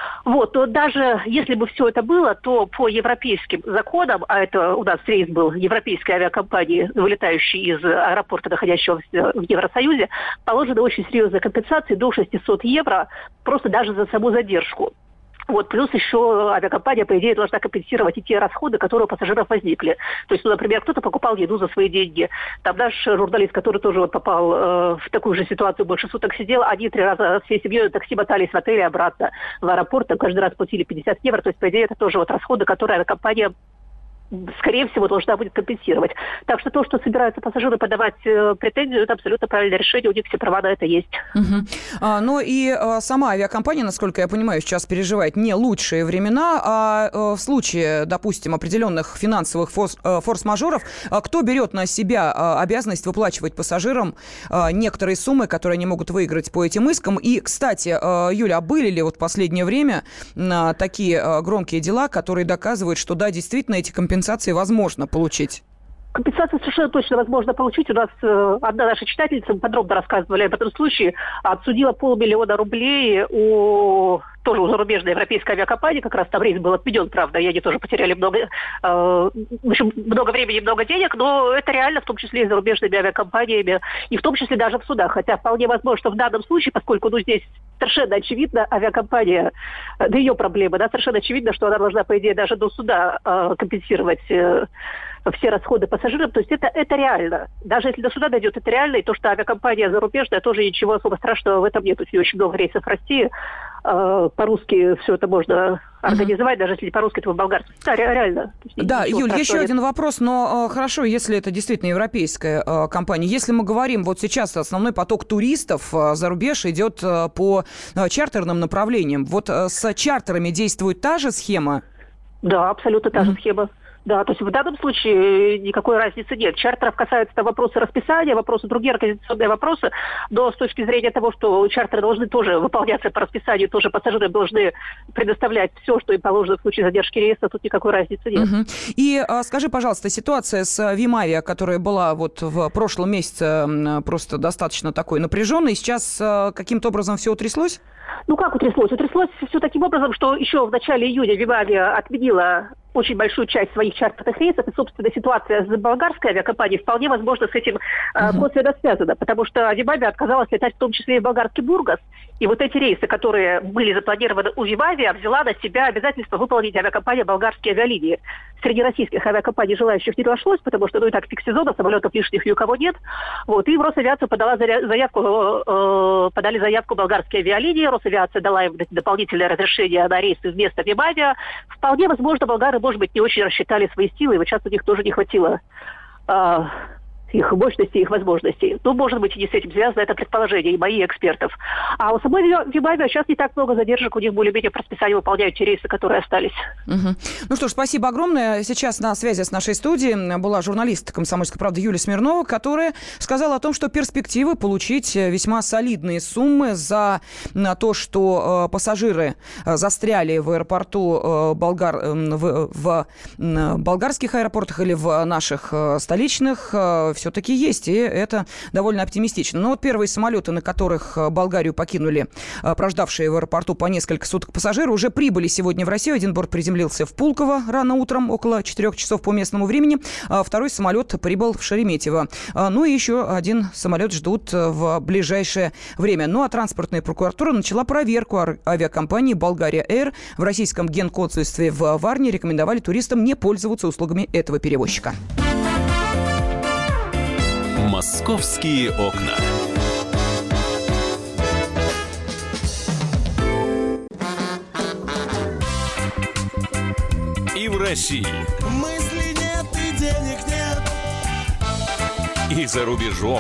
То даже если бы все это было, то по европейским законам, а это у нас рейс был европейской авиакомпании, вылетающей из аэропорта, находящегося в Евросоюзе, положена очень серьезная компенсация до 600 евро, просто даже за саму задержку. Плюс еще авиакомпания, по идее, должна компенсировать и те расходы, которые у пассажиров возникли. То есть, например, кто-то покупал еду за свои деньги. Там наш журналист, который тоже попал в такую же ситуацию, больше суток сидел, они 3 раза всей семьей на такси мотались в отеле обратно в аэропорт, там каждый раз платили 50 евро. То есть, по идее, это тоже расходы, которые авиакомпания, скорее всего, должна будет компенсировать. Так что то, что собираются пассажиры подавать претензию, это абсолютно правильное решение, у них все права на это есть. Но и сама авиакомпания, насколько я понимаю, сейчас переживает не лучшие времена, а в случае, допустим, определенных финансовых форс-мажоров, кто берет на себя обязанность выплачивать пассажирам некоторые суммы, которые они могут выиграть по этим искам? И, кстати, Юля, а были ли в последнее время такие громкие дела, которые доказывают, что да, действительно, эти компенсации возможно получить? Компенсацию совершенно точно возможно получить. У нас одна наша читательница, мы подробно рассказывали об этом случае, отсудила 500 000 рублей у тоже зарубежная европейская авиакомпания, как раз там рейс был отменен, правда, и они тоже потеряли много времени, много денег, но это реально, в том числе и зарубежными авиакомпаниями, и в том числе даже в судах. Хотя вполне возможно, что в данном случае, поскольку здесь совершенно очевидно авиакомпания, да ее проблема, да, совершенно очевидно, что она должна, по идее, даже до суда компенсировать все расходы пассажирам, то есть это реально. Даже если до суда дойдет, это реально, и то, что авиакомпания зарубежная, тоже ничего особо страшного в этом нет. И очень много рейсов в России, по-русски все это можно организовать, даже если не по-русски, то по-болгарски. Да, реально. Да, Юль, еще один вопрос, но хорошо, если это действительно европейская компания. Если мы говорим, вот сейчас основной поток туристов за рубеж идет по чартерным направлениям. Вот с чартерами действует та же схема? Да, абсолютно та же схема. Да, то есть в данном случае никакой разницы нет. Чартеров касаются вопросы расписания, вопросы другие организационные вопросы, но с точки зрения того, что чартеры должны тоже выполняться по расписанию, тоже пассажиры должны предоставлять все, что им положено в случае задержки рейса, тут никакой разницы нет. И скажи, пожалуйста, ситуация с Вимавиа, которая была вот в прошлом месяце просто достаточно такой напряженной, сейчас каким-то образом все утряслось? Ну как утряслось? Утряслось все таким образом, что еще в начале июня Вимавиа отменила очень большую часть своих чартерных рейсов, и, собственно, ситуация с болгарской авиакомпанией вполне возможно с этим косвенно связана, потому что Вимавиа отказалась летать в том числе и в болгарский Бургас, и вот эти рейсы, которые были запланированы у Вимавиа, взяла на себя обязательство выполнить авиакомпания «Болгарские авиалинии». Среди российских авиакомпаний желающих не нашлось, потому что, и так пик сезона, самолетов лишних ни у кого нет. Вот, и в Росавиацию подали заявку болгарские авиалинии, Росавиация дала им дополнительное разрешение на рейсы вместо Вимавиа. Вполне возможно, болгары, может быть, не очень рассчитали свои силы, и вот сейчас у них тоже не хватило их мощности, их возможностей. Ну, может быть, и не с этим связано, это предположение и моих экспертов. А у самой Вимавиа сейчас не так много задержек, у них более-менее по расписанию выполняют те рейсы, которые остались. Ну что ж, спасибо огромное. Сейчас на связи с нашей студией была журналист «Комсомольской правды» Юлия Смирнова, которая сказала о том, что перспективы получить весьма солидные суммы за то, что пассажиры застряли в аэропорту в болгарских аэропортах или в наших столичных, все-таки есть, и это довольно оптимистично. Но вот первые самолеты, на которых Болгарию покинули прождавшие в аэропорту по несколько суток пассажиры, уже прибыли сегодня в Россию. Один борт приземлился в Пулково рано утром, около 4 часов по местному времени. Второй самолет прибыл в Шереметьево. Ну и еще один самолет ждут в ближайшее время. Ну а транспортная прокуратура начала проверку авиакомпании «Болгария Эйр». В российском генконсульстве в Варне рекомендовали туристам не пользоваться услугами этого перевозчика. «Московские окна». И в России. Мысли нет и денег нет. И за рубежом.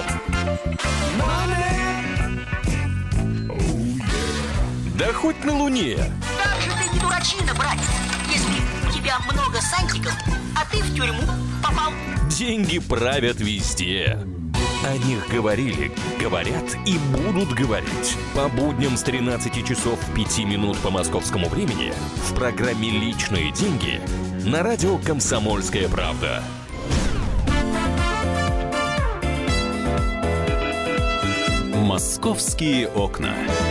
Да хоть на Луне. Как же ты не дурачина, братец, если у тебя много сантиков, а ты в тюрьму попал. Деньги правят везде. О них говорили, говорят и будут говорить. По будням с 13 часов 5 минут по московскому времени в программе «Личные деньги» на радио «Комсомольская правда». «Московские окна».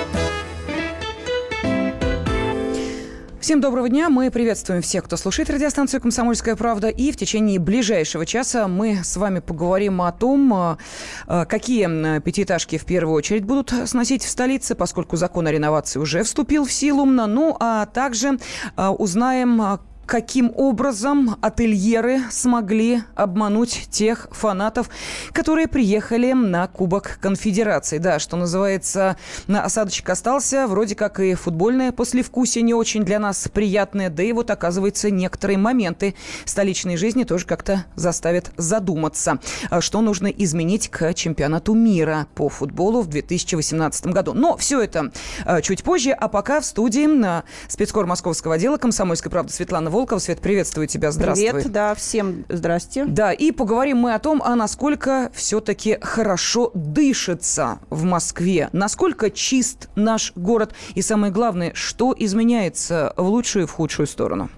Всем доброго дня. Мы приветствуем всех, кто слушает радиостанцию «Комсомольская правда». И в течение ближайшего часа мы с вами поговорим о том, какие пятиэтажки в первую очередь будут сносить в столице, поскольку закон о реновации уже вступил в силу. Ну, а также узнаем, каким образом ательеры смогли обмануть тех фанатов, которые приехали на Кубок Конфедерации. Да, что называется, осадочек остался. Вроде как и футбольное послевкусие не очень для нас приятное. Да и вот, оказывается, некоторые моменты столичной жизни тоже как-то заставят задуматься, что нужно изменить к чемпионату мира по футболу в 2018 году. Но все это чуть позже. А пока в студии спецкор московского отдела «Комсомольской правды» Светлана Волкова. Свет, приветствую тебя. Здравствуй. Привет, да, всем здрасте. Да, и поговорим мы о том, насколько все-таки хорошо дышится в Москве, насколько чист наш город и, самое главное, что изменяется в лучшую и в худшую сторону.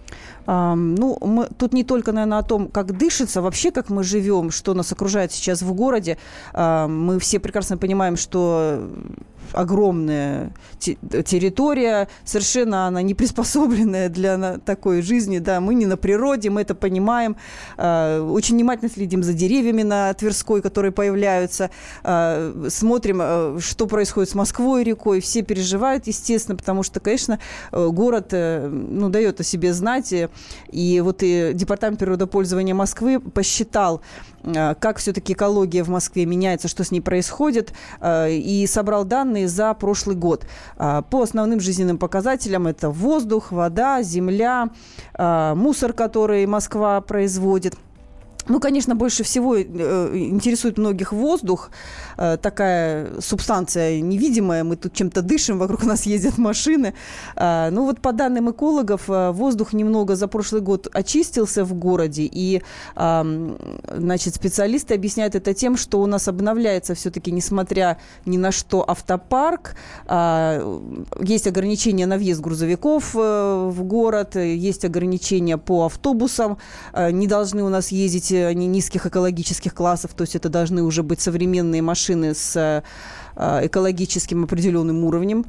Мы тут не только, наверное, о том, как дышится, вообще, как мы живем, что нас окружает сейчас в городе. Мы все прекрасно понимаем, что огромная территория, совершенно она не приспособленная для такой жизни. Да, мы не на природе, мы это понимаем. Очень внимательно следим за деревьями на Тверской, которые появляются. Смотрим, что происходит с Москвой рекой. Все переживают, естественно, потому что, конечно, город дает о себе знать. И вот и Департамент природопользования Москвы посчитал, как все-таки экология в Москве меняется, что с ней происходит, и собрал данные за прошлый год. По основным жизненным показателям это воздух, вода, земля, мусор, который Москва производит. Конечно, больше всего интересует многих воздух. Такая субстанция невидимая. Мы тут чем-то дышим, вокруг нас ездят машины. По данным экологов, воздух немного за прошлый год очистился в городе. И, специалисты объясняют это тем, что у нас обновляется все-таки, несмотря ни на что, автопарк. Есть ограничения на въезд грузовиков в город. Есть ограничения по автобусам. Не должны у нас ездить они низких экологических классов, то есть это должны уже быть современные машины с экологическим определенным уровнем.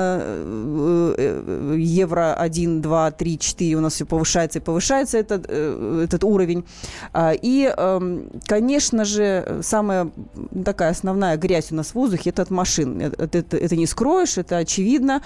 Евро 1, 2, 3, 4 у нас все повышается и повышается этот уровень. И, конечно же, самая такая основная грязь у нас в воздухе – это от машин. Это не скроешь, это очевидно.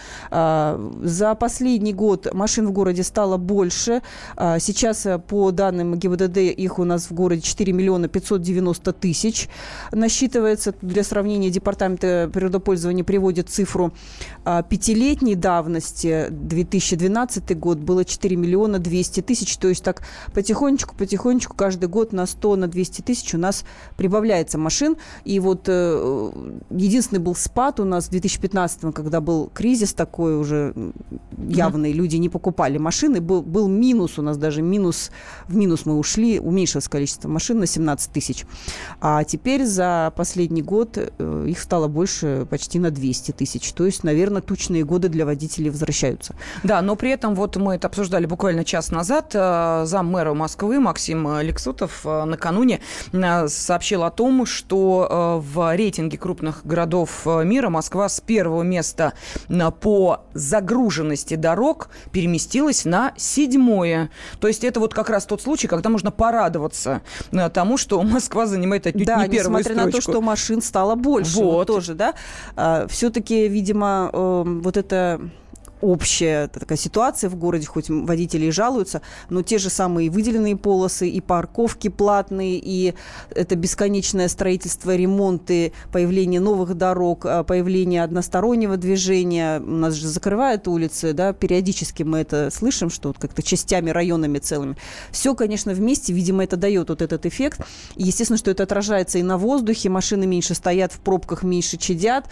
За последний год машин в городе стало больше. Сейчас, по данным ГИБДД, их у нас в городе 4 миллиона 590 тысяч насчитывается. Для сравнения, Департамент природопользования приводит цифру пятилетней давности. 2012 год было 4 миллиона 200 тысяч. То есть так потихонечку каждый год на 100, на 200 тысяч у нас прибавляется машин. И вот единственный был спад у нас в 2015, когда был кризис такой уже явный, люди не покупали машины. Был минус у нас, даже в минус мы ушли, уменьшилось количество машин на 17 тысяч. А теперь за последний год их стало больше почти на 200 тысяч. То есть, наверное, тучные годы для водителей возвращаются. Да, но при этом вот мы это обсуждали буквально час назад. Заммэра Москвы Максим Лексутов накануне сообщил о том, что в рейтинге крупных городов мира Москва с первого места по загруженности дорог переместилась на 7-е. То есть это вот как раз тот случай, когда можно порадоваться тому, что Москва занимает отнюдь не первую несмотря строчку. На то, что машин стало больше. Вот тоже, да. Все-таки, видимо, вот это общая такая ситуация в городе, хоть водители и жалуются, но те же самые выделенные полосы, и парковки платные, и это бесконечное строительство, ремонты, появление новых дорог, появление одностороннего движения. У нас же закрывают улицы, да, периодически мы это слышим, что вот как-то частями, районами целыми. Все, конечно, вместе, видимо, это дает вот этот эффект. И, естественно, что это отражается и на воздухе, машины меньше стоят, в пробках меньше чадят,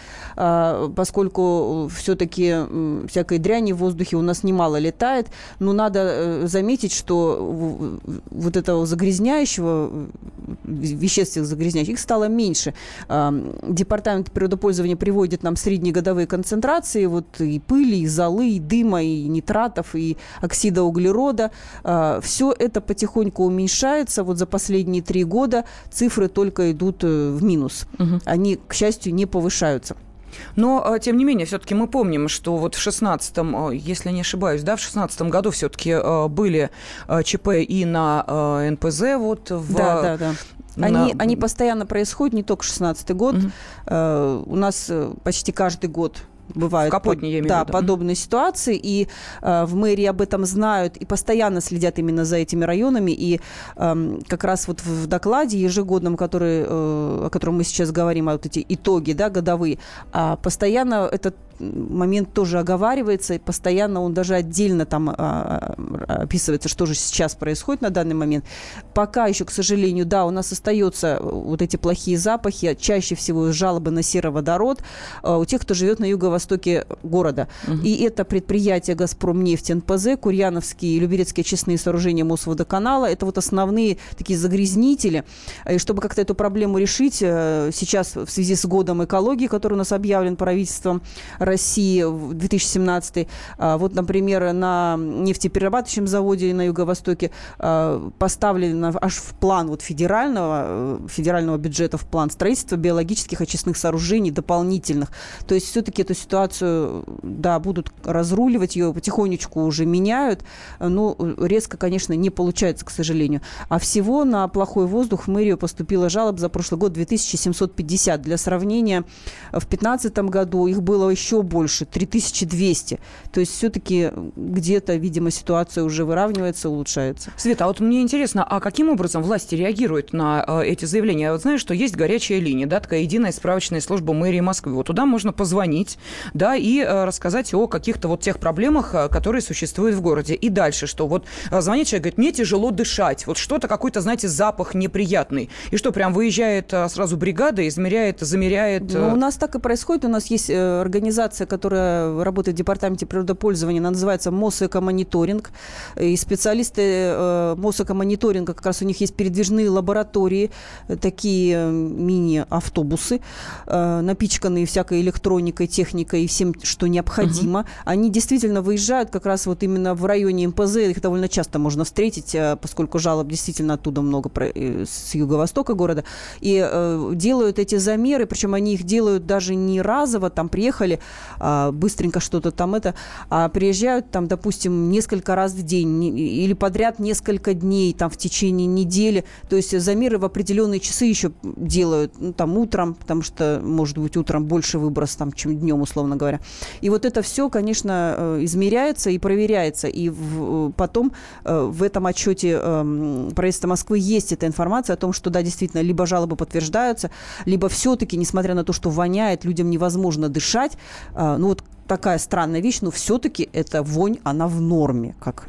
поскольку все-таки всякой дряни в воздухе у нас немало летает, но надо заметить, что вот этого загрязняющего, вещественных загрязняющих, их стало меньше. Департамент природопользования приводит нам среднегодовые концентрации, вот и пыли, и золы, и дыма, и нитратов, и оксида углерода. Все это потихоньку уменьшается. Вот за последние 3 года цифры только идут в минус. Они, к счастью, не повышаются. Но, тем не менее, все-таки мы помним, что вот в 16-м, если не ошибаюсь, да, в 16-м году все-таки были ЧП и на НПЗ. Вот в... Да. Они постоянно происходят, не только 16-й год. У нас почти каждый год бывают подобные ситуации, и в мэрии об этом знают и постоянно следят именно за этими районами, и как раз вот в докладе ежегодном, о котором мы сейчас говорим, вот эти итоги, да, годовые, постоянно этот момент тоже оговаривается, и постоянно он даже отдельно там описывается, что же сейчас происходит на данный момент. Пока еще, к сожалению, да, у нас остаются вот эти плохие запахи, чаще всего жалобы на сероводород у тех, кто живет на юго-востоке города. И это предприятия «Газпромнефть», НПЗ, Курьяновские и Люберецкие очистные сооружения Мосводоканала. Это вот основные такие загрязнители. И чтобы как-то эту проблему решить, сейчас в связи с годом экологии, который у нас объявлен правительством России в 2017. Вот, например, на нефтеперерабатывающем заводе на Юго-Востоке поставлено аж в план вот федерального бюджета, в план строительства биологических очистных сооружений дополнительных. То есть все-таки эту ситуацию, да, будут разруливать, ее потихонечку уже меняют, но резко, конечно, не получается, к сожалению. А всего на плохой воздух в мэрию поступило жалоб за прошлый год 2750. Для сравнения, в 2015 году их было еще больше, 3200. То есть все-таки где-то, видимо, ситуация уже выравнивается, улучшается. Света, а вот мне интересно, а каким образом власти реагируют на эти заявления? Я вот знаю, что есть горячая линия, да, такая единая справочная служба мэрии Москвы. Вот туда можно позвонить, да, и рассказать о каких-то вот тех проблемах, которые существуют в городе. И дальше что? Вот звонит человек, говорит, мне тяжело дышать. Вот что-то, какой-то, знаете, запах неприятный. И что, прям выезжает сразу бригада, измеряет, замеряет? Ну, у нас так и происходит. У нас есть организация, которая работает в департаменте природопользования, она называется Мосэкомониторинг. И специалисты Мосэкомониторинга, как раз у них есть передвижные лаборатории, такие мини-автобусы, напичканные всякой электроникой, техникой и всем, что необходимо. Они действительно выезжают как раз вот именно в районе МПЗ. Их довольно часто можно встретить, поскольку жалоб действительно оттуда много с юго-востока города. И делают эти замеры, причем они их делают даже не разово, там приехали, быстренько что-то там а приезжают там, допустим, несколько раз в день или подряд несколько дней там в течение недели. То есть замеры в определенные часы еще делают, ну, там утром, потому что, может быть, утром больше выброс, там, чем днем, условно говоря. И вот это все, конечно, измеряется и проверяется. И потом в этом отчете правительства Москвы есть эта информация о том, что, да, действительно, либо жалобы подтверждаются, либо все-таки, несмотря на то, что воняет, людям невозможно дышать. Ну, вот такая странная вещь, но все-таки эта вонь, она в норме, как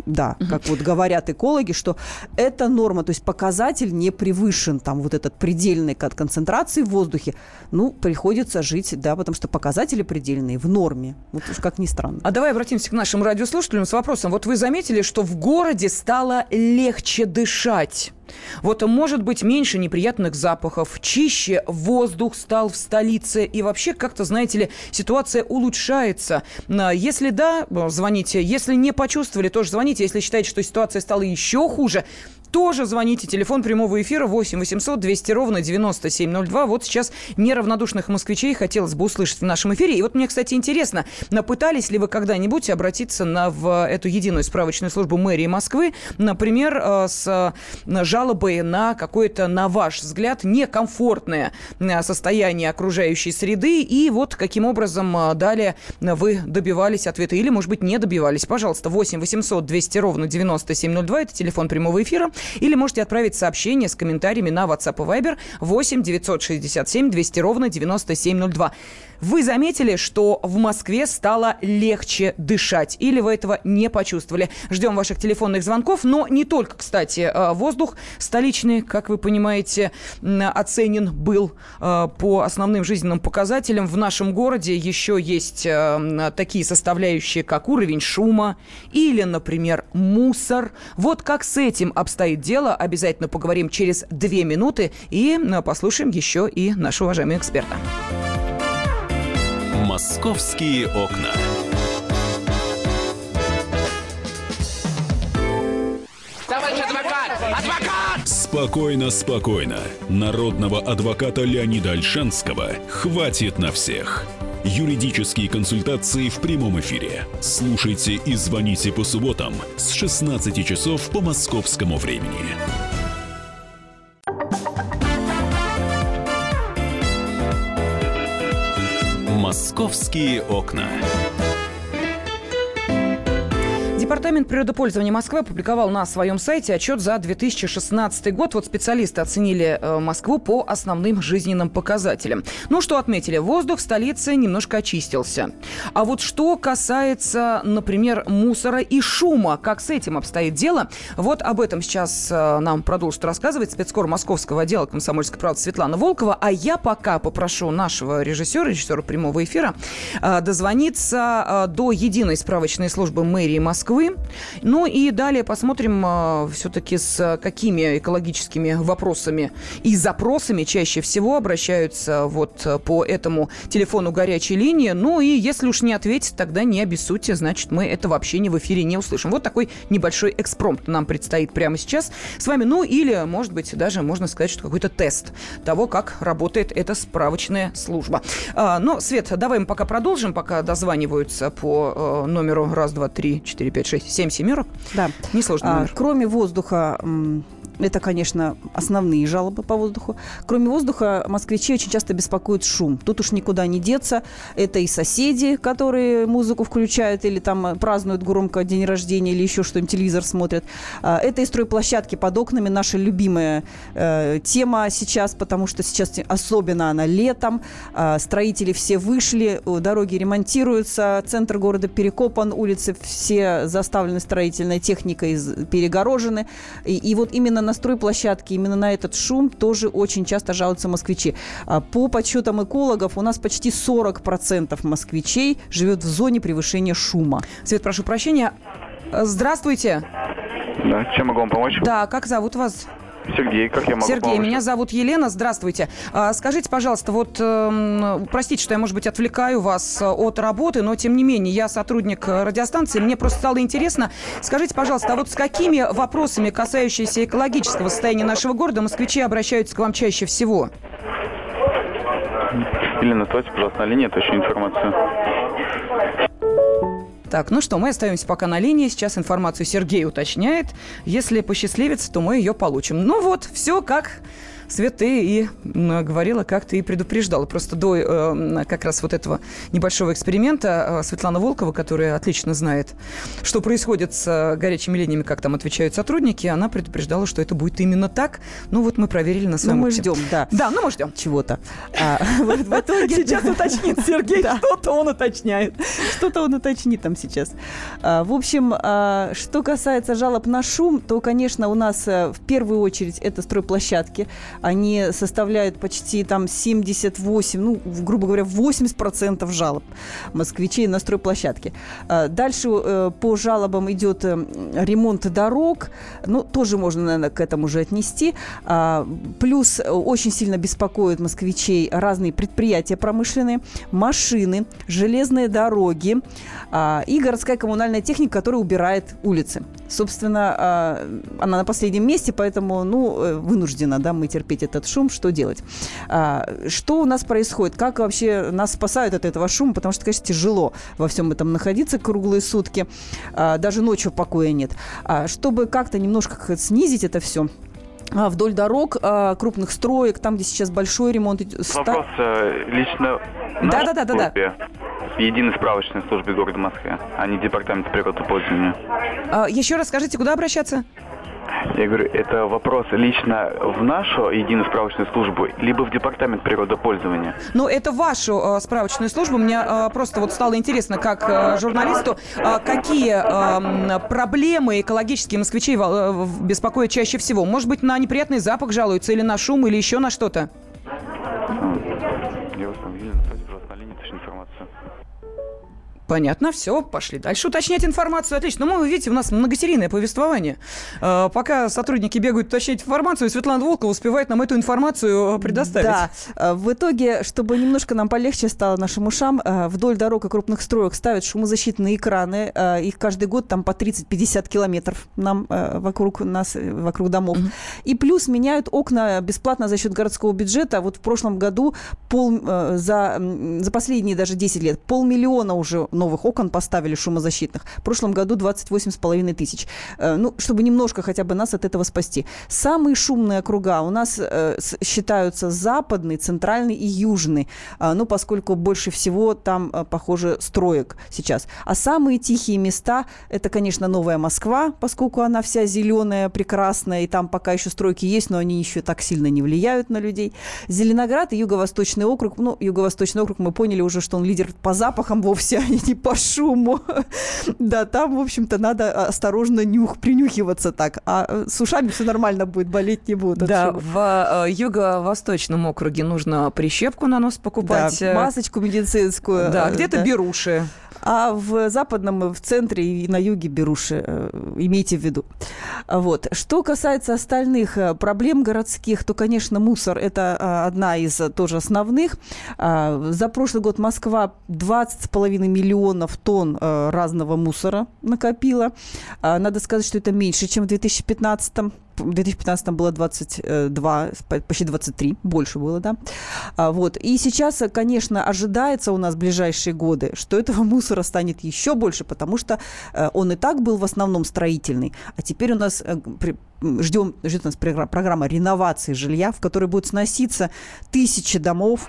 вот говорят экологи, что это норма, то есть показатель не превышен, там вот этот предельной концентрации в воздухе, ну, приходится жить, да, потому что показатели предельные в норме, вот уж как ни странно. А давай обратимся к нашим радиослушателям с вопросом. Вот вы заметили, что в городе стало легче дышать? Вот, может быть, меньше неприятных запахов, чище воздух стал в столице, и вообще как-то, знаете ли, ситуация улучшается. Если да, звоните. Если не почувствовали, тоже звоните. Если считаете, что ситуация стала еще хуже, тоже звоните. Телефон прямого эфира 8 800 200 ровно 9702. Вот сейчас неравнодушных москвичей хотелось бы услышать в нашем эфире. И вот мне, кстати, интересно, пытались ли вы когда-нибудь обратиться в эту единую справочную службу мэрии Москвы, например, с жалобой на какое-то, на ваш взгляд, некомфортное состояние окружающей среды, и вот каким образом далее вы добивались ответа, или, может быть, не добивались. Пожалуйста, 8 800 200 ровно 9702, это телефон прямого эфира. Или можете отправить сообщение с комментариями на WhatsApp и Viber 8 967 200 ровно 9702. Вы заметили, что в Москве стало легче дышать? Или вы этого не почувствовали? Ждем ваших телефонных звонков. Но не только, кстати, воздух столичный, как вы понимаете, оценен был по основным жизненным показателям. В нашем городе еще есть такие составляющие, как уровень шума или, например, мусор. Вот как с этим обстоит дело, обязательно поговорим через 2 минуты и послушаем еще и нашего уважаемого эксперта. «Московские окна». Товарищ адвокат! Адвокат! Спокойно, спокойно. Народного адвоката Леонида Ольшанского хватит на всех. Юридические консультации в прямом эфире. Слушайте и звоните по субботам с 16 часов по московскому времени. «Московские окна». Департамент природопользования Москвы опубликовал на своем сайте отчет за 2016 год. Вот специалисты оценили Москву по основным жизненным показателям. Ну, что отметили? Воздух в столице немножко очистился. А вот что касается, например, мусора и шума, как с этим обстоит дело, вот об этом сейчас нам продолжит рассказывать спецкор московского отдела «Комсомольской правды» Светлана Волкова. А я пока попрошу нашего режиссера прямого эфира, дозвониться до единой справочной службы мэрии Москвы Ну и далее посмотрим все-таки с какими экологическими вопросами и запросами чаще всего обращаются вот по этому телефону горячей линии. Ну и если уж не ответить, тогда не обессудьте, значит, мы это вообще не в эфире не услышим. Вот такой небольшой экспромт нам предстоит прямо сейчас с вами. Ну или, может быть, даже можно сказать, что какой-то тест того, как работает эта справочная служба. Но, Свет, давай мы пока продолжим, пока дозваниваются по номеру 1, 2, 3, 4, 5, 6, 7 семерок. Да. Несложный номер. Кроме воздуха, это, конечно, основные жалобы по воздуху. Кроме воздуха, москвичей очень часто беспокоит шум. Тут уж никуда не деться. Это и соседи, которые музыку включают или там празднуют громко день рождения или еще что-нибудь, телевизор смотрят. Это и стройплощадки под окнами. Наша любимая тема сейчас, потому что сейчас особенно она летом. Строители все вышли, дороги ремонтируются, центр города перекопан, улицы все заставлены строительной техникой, перегорожены. И вот именно на стройплощадке, именно на этот шум тоже очень часто жалуются москвичи. По подсчетам экологов, у нас почти 40% москвичей живет в зоне превышения шума. Свет, прошу прощения. Здравствуйте. Да, чем могу вам помочь? Да, как зовут вас? Сергей, как я могу помочь? Сергей, меня зовут Елена, здравствуйте. Скажите, пожалуйста, вот, простите, что я, может быть, отвлекаю вас от работы, но, тем не менее, я сотрудник радиостанции, мне просто стало интересно. Скажите, пожалуйста, а вот с какими вопросами, касающимися экологического состояния нашего города, москвичи обращаются к вам чаще всего? Елена, оставайтесь, пожалуйста, на линии, точную информацию. Так, ну что, мы остаемся пока на линии. Сейчас информацию Сергей уточняет. Если посчастливится, то мы ее получим. Ну вот, все как Свет, ты и говорила, как ты и предупреждала. Просто до как раз вот этого небольшого эксперимента Светлана Волкова, которая отлично знает, что происходит с горячими линиями, как там отвечают сотрудники, она предупреждала, что это будет именно так. Ну вот мы проверили на своем опыте. Мы ждем, да. Да, ну мы ждем. Чего-то. В итоге... Сейчас уточнит Сергей, что-то он уточняет. Что-то он уточнит там сейчас. В общем, что касается жалоб на шум, то, конечно, у нас в первую очередь это стройплощадки. Они составляют почти там 78, ну, грубо говоря, 80% жалоб москвичей на стройплощадке. Дальше по жалобам идет ремонт дорог. Ну, тоже можно, наверное, к этому же отнести. Плюс очень сильно беспокоят москвичей разные предприятия промышленные, машины, железные дороги и городская коммунальная техника, которая убирает улицы. Собственно, она на последнем месте, поэтому, ну, вынуждена, да, мы терпеть этот шум. Что делать? Что у нас происходит? Как вообще нас спасают от этого шума? Потому что, конечно, тяжело во всем этом находиться круглые сутки. Даже ночью покоя нет. Чтобы как-то немножко снизить это все, вдоль дорог, крупных строек, там, где сейчас большой ремонт. Вопрос лично да. В единой справочной службе города Москвы, а не департамент природопользования. Еще раз скажите, куда обращаться? Я говорю, это вопрос лично в нашу единую справочную службу, либо в департамент природопользования? Ну, это вашу справочную службу. Мне просто вот стало интересно, как журналисту, какие проблемы экологические москвичей беспокоят чаще всего? Может быть, на неприятный запах жалуются, или на шум, или еще на что-то? Я вас там, Елена, оставьте, пожалуйста, на линии точную информацию. Понятно, все, пошли дальше уточнять информацию. Отлично. Ну, вы видите, у нас многосерийное повествование. Пока сотрудники бегают уточнять информацию, Светлана Волкова успевает нам эту информацию предоставить. Да. В итоге, чтобы немножко нам полегче стало нашим ушам, вдоль дорог и крупных строек ставят шумозащитные экраны. Их каждый год там по 30-50 километров нам вокруг домов. И плюс меняют окна бесплатно за счет городского бюджета. Вот в прошлом году за последние даже 10 лет 500 000 уже новых окон поставили шумозащитных. В прошлом году 28,5 тысяч. Ну, чтобы немножко хотя бы нас от этого спасти. Самые шумные округа у нас считаются западный, центральный и южный. Ну, поскольку больше всего там, похоже, строек сейчас. А самые тихие места, это, конечно, Новая Москва, поскольку она вся зеленая, прекрасная, и там пока еще стройки есть, но они еще так сильно не влияют на людей. Зеленоград и Юго-Восточный округ. Ну, Юго-Восточный округ, мы поняли уже, что он лидер по запахам вовсе, не по шуму. Да, там, в общем-то, надо осторожно принюхиваться так. А с ушами все нормально будет, болеть не будут. Да, в Юго-Восточном округе нужно прищепку на нос покупать. Да, масочку медицинскую. Да, где-то беруши. А в западном, в центре и на юге беруши, имейте в виду. Вот. Что касается остальных проблем городских, то, конечно, мусор – это одна из тоже основных. За прошлый год Москва 20,5 миллионов тонн разного мусора накопила. Надо сказать, что это меньше, чем в 2015-м. В 2015 было 22, почти 23, больше было, да. Вот. И сейчас, конечно, ожидается у нас в ближайшие годы, что этого мусора станет еще больше, потому что он и так был в основном строительный, а теперь у нас ждет нас программа реновации жилья, в которой будут сноситься тысячи домов.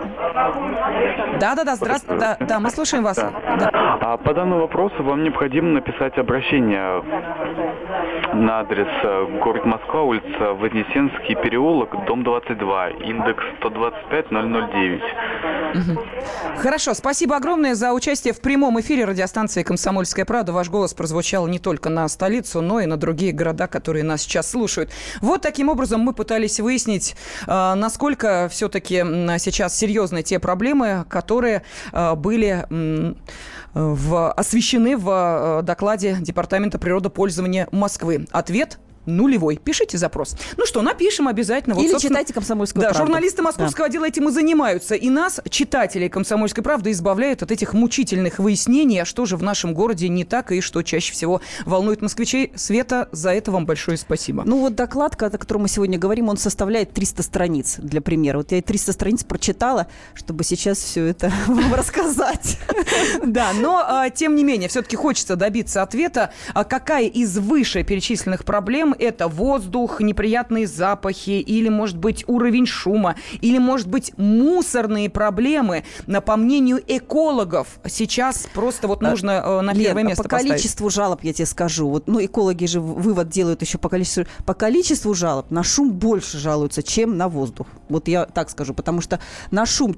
Да, здравствуйте. Да, мы слушаем вас. Да. По данному вопросу вам необходимо написать обращение на адрес город Москва, улица Вознесенский переулок, дом 22, индекс 125-009. Хорошо, спасибо огромное за участие в прямом эфире радиостанции «Комсомольская правда». Ваш голос прозвучал не только на столицу, но и на другие города, которые нас сейчас слушают. Вот таким образом мы пытались выяснить, насколько все-таки сейчас серьезны те проблемы, которые были освещены в докладе Департамента природопользования Москвы. Ответ – нулевой. Пишите запрос. Ну что, напишем обязательно. Или читайте «Комсомольскую правду». Да, журналисты Московского отдела этим и занимаются. И нас, читателей «Комсомольской правды», избавляют от этих мучительных выяснений, что же в нашем городе не так и что чаще всего волнует москвичей. Света, за это вам большое спасибо. Ну вот доклад, о котором мы сегодня говорим, он составляет 300 страниц, для примера. Вот я 300 страниц прочитала, чтобы сейчас все это вам рассказать. Да, но тем не менее, все-таки хочется добиться ответа, какая из вышеперечисленных проблем – это воздух, неприятные запахи, или, может быть, уровень шума, или, может быть, мусорные проблемы, по мнению экологов, сейчас просто вот нужно на первое место поставить. По количеству жалоб, я тебе скажу, вот, ну, экологи же вывод делают еще по количеству жалоб, на шум больше жалуются, чем на воздух. Вот я так скажу, потому что на шум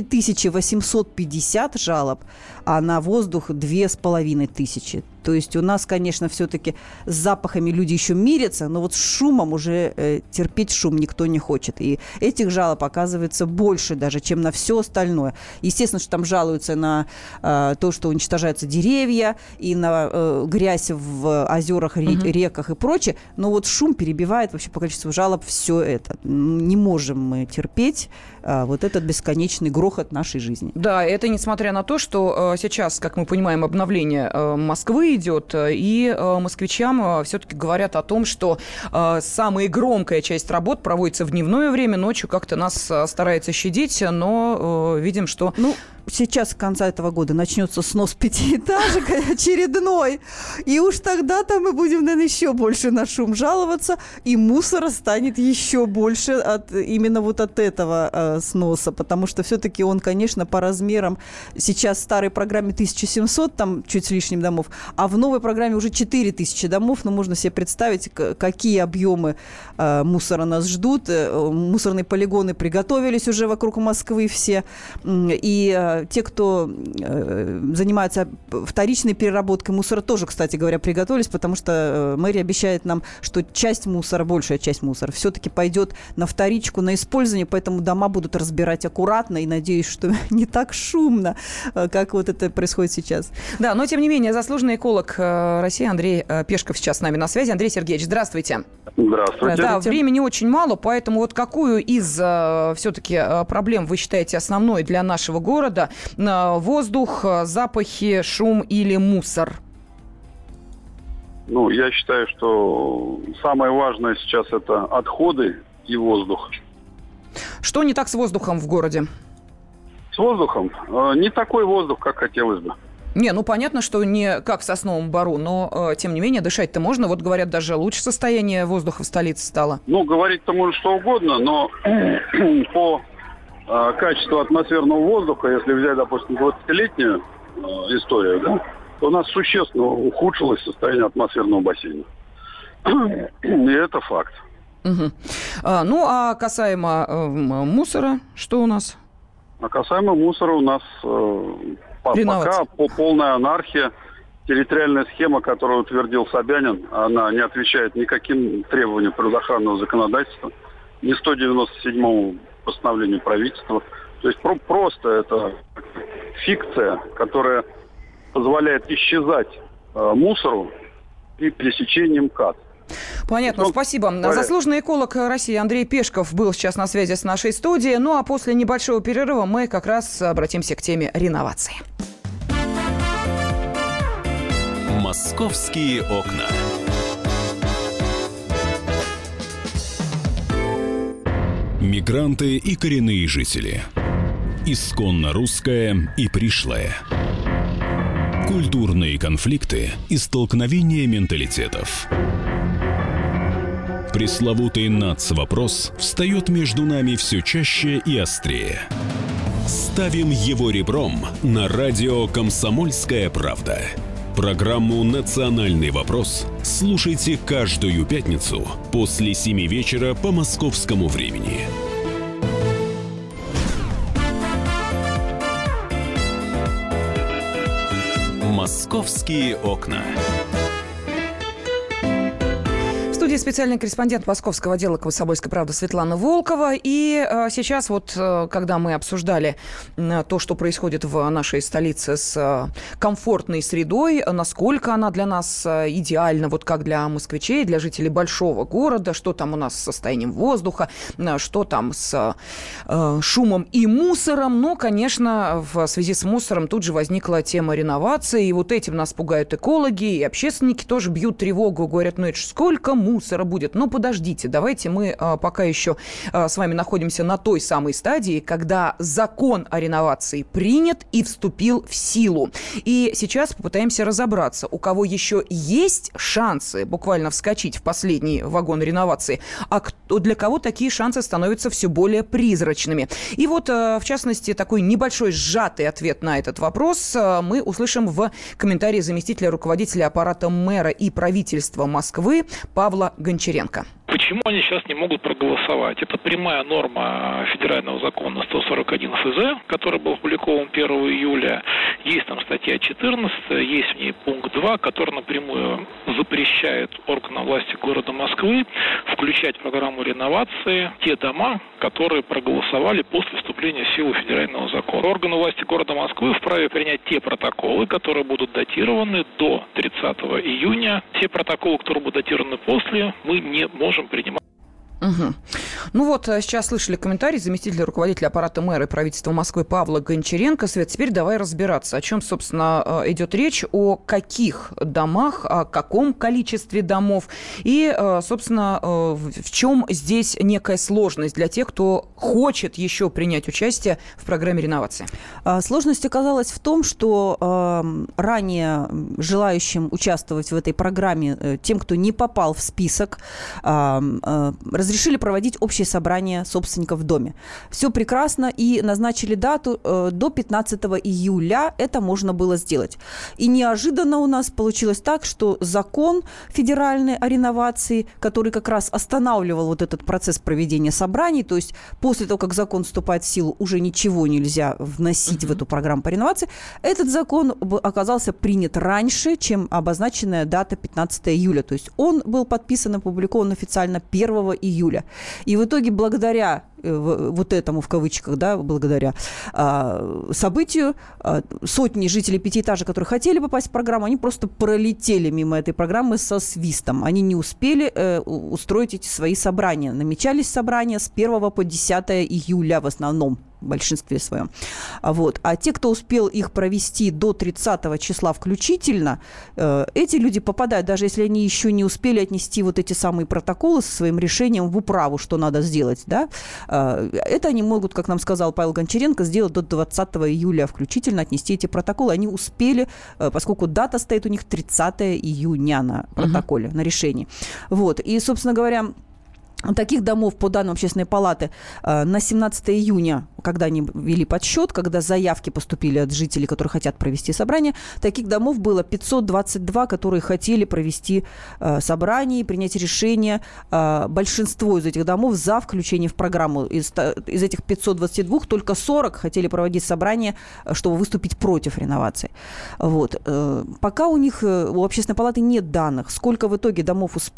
4850 жалоб, а на воздух 2500. То есть у нас, конечно, все-таки с запахами люди еще мирятся, но вот с шумом уже терпеть шум никто не хочет. И этих жалоб оказывается больше даже, чем на все остальное. Естественно, что там жалуются на то, что уничтожаются деревья, и на грязь в озерах, реках и прочее. Но вот шум перебивает вообще по количеству жалоб все это. Не можем мы терпеть вот этот бесконечный грохот нашей жизни. Да, это несмотря на то, что сейчас, как мы понимаем, обновление Москвы идет, и москвичам все-таки говорят о том, что самая громкая часть работ проводится в дневное время, ночью как-то нас старается щадить, но видим, что... Сейчас, к концу этого года, начнется снос пятиэтажек очередной. И уж тогда там мы будем, наверное, еще больше на шум жаловаться. И мусора станет еще больше именно вот от этого сноса. Потому что все-таки он, конечно, по размерам сейчас в старой программе 1700, там чуть с лишним домов, а в новой программе уже 4000 домов. Но можно себе представить, какие объемы мусора нас ждут. Мусорные полигоны приготовились уже вокруг Москвы все. И те, кто занимается вторичной переработкой мусора, тоже, кстати говоря, приготовились, потому что мэрия обещает нам, что часть мусора, большая часть мусора, все-таки пойдет на вторичку, на использование, поэтому дома будут разбирать аккуратно, и надеюсь, что не так шумно, как вот это происходит сейчас. Да, но тем не менее, заслуженный эколог России Андрей Пешков сейчас с нами на связи. Андрей Сергеевич, здравствуйте. Здравствуйте. Да, времени очень мало, поэтому вот какую из все-таки проблем вы считаете основной для нашего города? Воздух, запахи, шум или мусор? Ну, я считаю, что самое важное сейчас это отходы и воздух. Что не так с воздухом в городе? С воздухом? Не такой воздух, как хотелось бы. Не, ну понятно, что не как в Сосновом Бору, но тем не менее дышать-то можно. Вот говорят, даже лучше состояние воздуха в столице стало. Ну, говорить-то можно что угодно, но по качеству атмосферного воздуха, если взять, допустим, 20-летнюю историю, да, то у нас существенно ухудшилось состояние атмосферного бассейна. И это факт. Угу. Ну, а касаемо мусора, что у нас? А касаемо мусора у нас пока полная анархия. Территориальная схема, которую утвердил Собянин, она не отвечает никаким требованиям природоохранного законодательства, ни 197-му постановлению правительства. То есть просто это фикция, которая позволяет исчезать мусору при пересечении МКАД. Понятно, спасибо. Заслуженный эколог России Андрей Пешков был сейчас на связи с нашей студией. Ну а после небольшого перерыва мы как раз обратимся к теме реновации. «Московские окна». Мигранты и коренные жители. Исконно русское и пришлое. Культурные конфликты и столкновения менталитетов. Пресловутый нацвопрос встает между нами все чаще и острее. Ставим его ребром на радио «Комсомольская правда». Программу «Национальный вопрос» слушайте каждую пятницу после 7 вечера по московскому времени. «Московские окна». В студии специальный корреспондент московского отдела «Комсомольской правды» Светлана Волкова. И сейчас вот, когда мы обсуждали то, что происходит в нашей столице с комфортной средой, насколько она для нас идеальна, вот как для москвичей, для жителей большого города, что там у нас с состоянием воздуха, что там с шумом и мусором. Но, конечно, в связи с мусором тут же возникла тема реновации. И вот этим нас пугают экологи, и общественники тоже бьют тревогу, говорят, ну это ж сколько мусора будет. Но подождите, давайте мы пока еще с вами находимся на той самой стадии, когда закон о реновации принят и вступил в силу. И сейчас попытаемся разобраться, у кого еще есть шансы буквально вскочить в последний вагон реновации, а для кого такие шансы становятся все более призрачными. И вот, в частности, такой небольшой сжатый ответ на этот вопрос мы услышим в комментарии заместителя руководителя аппарата мэра и правительства Москвы Павла Гончаренко. Почему они сейчас не могут проголосовать? Это прямая норма федерального закона 141 ФЗ, который был опубликован 1 июля. Есть там статья 14, есть в ней пункт 2, который напрямую запрещает органам власти города Москвы включать в программу реновации те дома, которые проголосовали после вступления в силу федерального закона. Органы власти города Москвы вправе принять те протоколы, которые будут датированы до 30 июня. Те протоколы, которые будут датированы после, мы не можем принимать. Угу. Ну вот, сейчас слышали комментарий заместителя руководителя аппарата мэра и правительства Москвы Павла Гончаренко. Свет, теперь давай разбираться, о чем, собственно, идет речь, о каких домах, о каком количестве домов и, собственно, в чем здесь некая сложность для тех, кто хочет еще принять участие в программе реновации. Сложность оказалась в том, что ранее желающим участвовать в этой программе, тем, кто не попал в список, разрешили проводить общее собрание собственников в доме. Все прекрасно, и назначили дату до 15 июля. Это можно было сделать. И неожиданно у нас получилось так, что закон федеральный о реновации, который как раз останавливал вот этот процесс проведения собраний, то есть после того, как закон вступает в силу, уже ничего нельзя вносить в эту программу по реновации, этот закон оказался принят раньше, чем обозначенная дата 15 июля. То есть он был подписан и опубликован официально 1 июля. И в итоге благодаря вот этому, в кавычках, да, благодаря событию, сотни жителей пятиэтажек, которые хотели попасть в программу, они просто пролетели мимо этой программы со свистом. Они не успели устроить эти свои собрания. Намечались собрания с 1 по 10 июля в основном, в большинстве своем. Вот. А те, кто успел их провести до 30 числа включительно, эти люди попадают, даже если они еще не успели отнести вот эти самые протоколы со своим решением в управу, что надо сделать, да, это они могут, как нам сказал Павел Гончаренко, сделать до 20 июля включительно, отнести эти протоколы. Они успели, поскольку дата стоит у них 30 июня на протоколе, на решении. Вот. И, собственно говоря, таких домов, по данным Общественной палаты, на 17 июня, когда они вели подсчет, когда заявки поступили от жителей, которые хотят провести собрание, таких домов было 522, которые хотели провести собрание и принять решение. Большинство из этих домов за включение в программу. Из этих 522 только 40 хотели проводить собрание, чтобы выступить против реновации. Вот. Пока у них, у Общественной палаты нет данных, сколько в итоге домов успели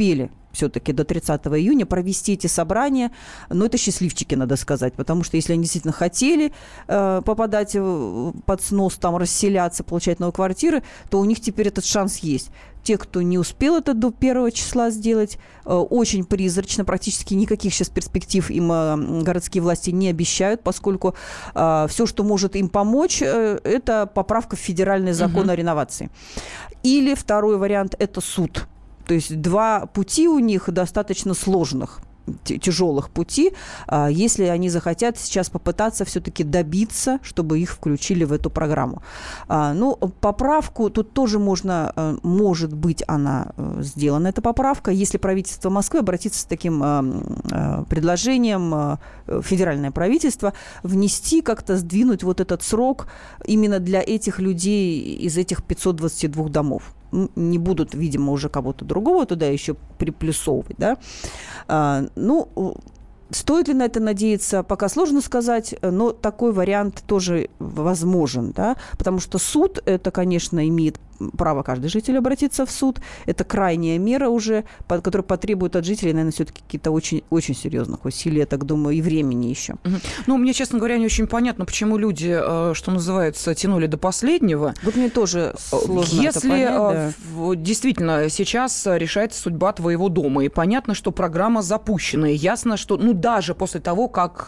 все-таки до 30 июня провести эти собрания. Но это счастливчики, надо сказать, потому что если они действительно хотели попадать под снос, там расселяться, получать новые квартиры, то у них теперь этот шанс есть. Те, кто не успел это до 1 числа сделать, очень призрачно, практически никаких сейчас перспектив им городские власти не обещают, поскольку все, что может им помочь, это поправка в федеральный закон о реновации. Или второй вариант – это суд. То есть два пути у них достаточно сложных, тяжелых пути, если они захотят сейчас попытаться все-таки добиться, чтобы их включили в эту программу. Ну, поправку тут тоже можно, может быть, она сделана, эта поправка, если правительство Москвы обратится с таким предложением, федеральное правительство, внести, как-то сдвинуть вот этот срок именно для этих людей из этих 522 домов. Не будут, видимо, уже кого-то другого туда еще приплюсовывать, да. Ну, стоит ли на это надеяться, пока сложно сказать, но такой вариант тоже возможен, да, потому что суд, это, конечно, имеет право каждый житель обратиться в суд. Это крайняя мера уже, которая потребует от жителей, наверное, все-таки какие-то очень, очень серьезных усилий, я так думаю, и времени еще. Ну, мне, честно говоря, не очень понятно, почему люди, что называется, тянули до последнего. Вот мне тоже сложно это понять, да. Действительно сейчас решается судьба твоего дома, и понятно, что программа запущена, и ясно, что, ну, даже после того, как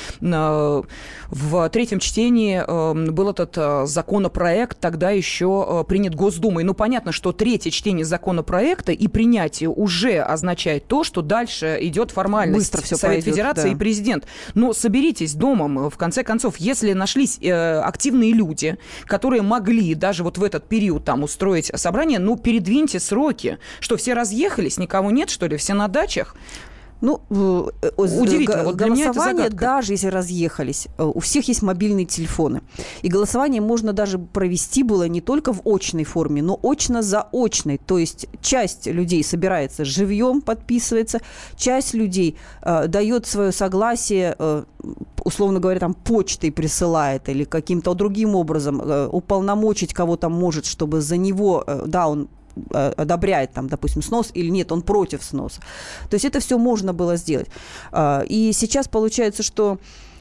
в третьем чтении был этот законопроект, тогда еще принят Госдумой. Ну, понятно, что третье чтение законопроекта и принятие уже означает то, что дальше идет формальность. Быстро все Совет пойдет, Федерации, да. И президент. Но соберитесь домом, в конце концов, если нашлись активные люди, которые могли даже вот в этот период там устроить собрание, ну, передвиньте сроки. Что, все разъехались, никого нет, что ли, все на дачах? Ну, удивительно. Вот для меня это голосование, загадка. даже если разъехались, у всех есть мобильные телефоны. И голосование можно даже провести было не только в очной форме, но очно-заочной. То есть часть людей собирается живьем, подписывается, часть людей дает свое согласие, условно говоря, там почтой присылает или каким-то другим образом уполномочить кого-то может, чтобы за него, да, он одобряет, там, допустим, снос или нет, он против сноса. То есть это все можно было сделать. И сейчас получается, что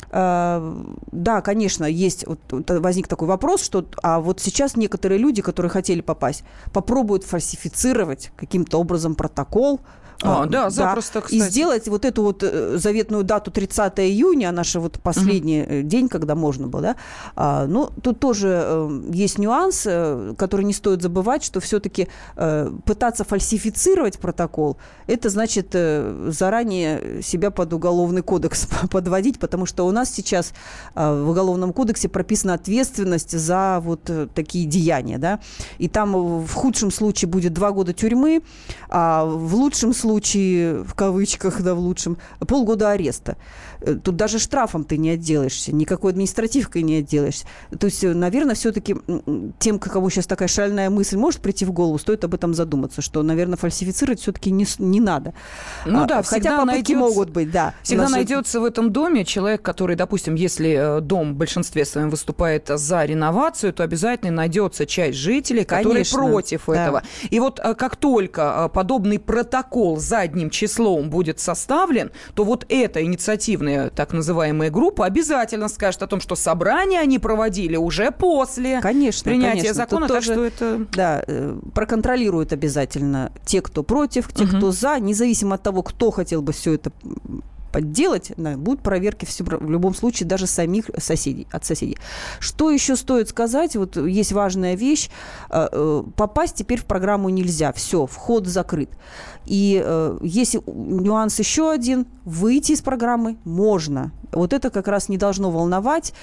да, конечно, есть, вот, возник такой вопрос, что вот сейчас некоторые люди, которые хотели попасть, попробуют фальсифицировать каким-то образом протокол, да, запросто, кстати. И сделать вот эту вот заветную дату 30 июня, наш вот последний день, когда можно было, да. Ну, тут тоже есть нюанс, который не стоит забывать, что все-таки пытаться фальсифицировать протокол, это значит заранее себя под уголовный кодекс подводить, потому что у нас сейчас в уголовном кодексе прописана ответственность за вот такие деяния, да. И там в худшем случае будет 2 года тюрьмы, а в лучшем случае, в кавычках, да, в лучшем, полгода ареста. Тут даже штрафом ты не отделаешься, никакой административкой не отделаешься. То есть, наверное, все-таки тем, кого сейчас такая шальная мысль может прийти в голову, стоит об этом задуматься, что, наверное, фальсифицировать все-таки не надо. Ну да, хотя попытки могут быть, да. Всегда найдется в этом доме человек, который, допустим, если дом в большинстве своем выступает за реновацию, то обязательно найдется часть жителей, которые против этого. И вот как только подобный протокол задним числом будет составлен, то вот эта инициативная так называемая группа обязательно скажет о том, что собрание они проводили уже после принятия закона. Тут так тоже, что это... Да, проконтролируют обязательно те, кто против, те, кто за, независимо от того, кто хотел бы все это подделать, будут проверки в любом случае даже самих соседей, от соседей. Что еще стоит сказать? Вот есть важная вещь. Попасть теперь в программу нельзя. Все, вход закрыт. И есть нюанс еще один. Выйти из программы можно. Вот это как раз не должно волновать.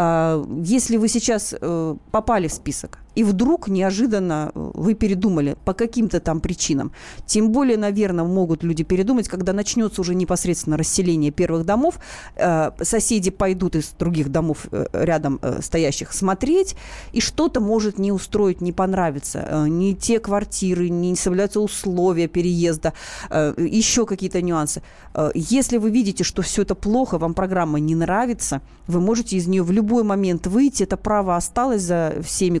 Если вы сейчас попали в список, и вдруг неожиданно вы передумали по каким-то там причинам, тем более, наверное, могут люди передумать, когда начнется уже непосредственно расселение первых домов, соседи пойдут из других домов рядом стоящих смотреть, и что-то может не устроить, не понравиться. Не те квартиры, не соблюдаются условия переезда, еще какие-то нюансы. Если вы видите, что все это плохо, вам программа не нравится, вы можете из нее в любой момент выйти. Это право осталось за всеми, кто попал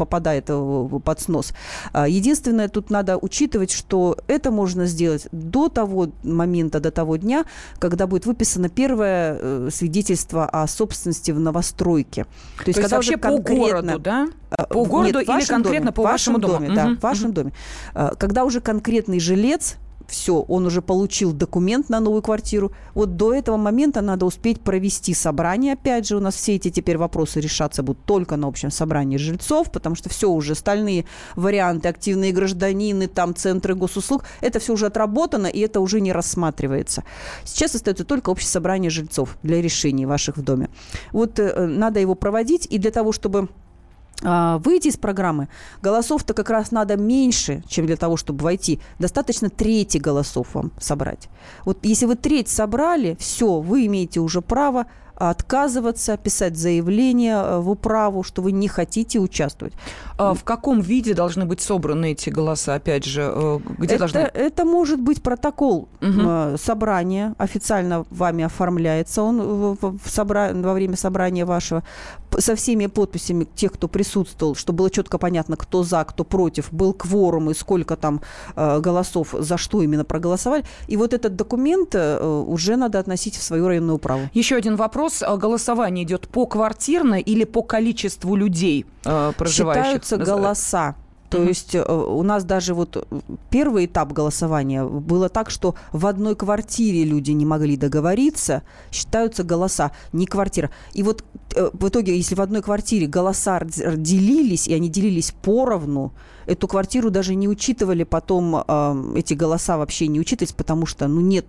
попадает под снос. Единственное, тут надо учитывать, что это можно сделать до того момента, до того дня, когда будет выписано первое свидетельство о собственности в новостройке. То есть когда вообще по городу, да? По городу или конкретно по вашему дому? Да, в вашем доме. Когда уже конкретный жилец, все, он уже получил документ на новую квартиру. Вот до этого момента надо успеть провести собрание. Опять же, у нас все эти теперь вопросы решаться будут только на общем собрании жильцов, потому что все уже остальные варианты, активные гражданины, там центры госуслуг, это все уже отработано, и это уже не рассматривается. Сейчас остается только общее собрание жильцов для решений ваших в доме. Вот надо его проводить, и для того, чтобы выйти из программы, голосов-то как раз надо меньше, чем для того, чтобы войти. Достаточно трети голосов вам собрать. Вот если вы треть собрали, все, вы имеете уже право отказываться, писать заявление в управу, что вы не хотите участвовать. В каком виде должны быть собраны эти голоса? Опять же, где это может быть протокол собрания, официально вами оформляется он во время собрания вашего, со всеми подписями тех, кто присутствовал, чтобы было четко понятно, кто за, кто против, был кворум и сколько там голосов, за что именно проголосовали. И вот этот документ уже надо относить в свою районную управу. Еще один вопрос. Голосование идет поквартирно или по количеству людей, проживающих? Считаются голоса. То есть у нас даже вот первый этап голосования было так, что в одной квартире люди не могли договориться, считаются голоса, не квартира. И вот в итоге, если в одной квартире голоса делились, и они делились поровну, эту квартиру даже не учитывали потом, эти голоса вообще не учитывались, потому что,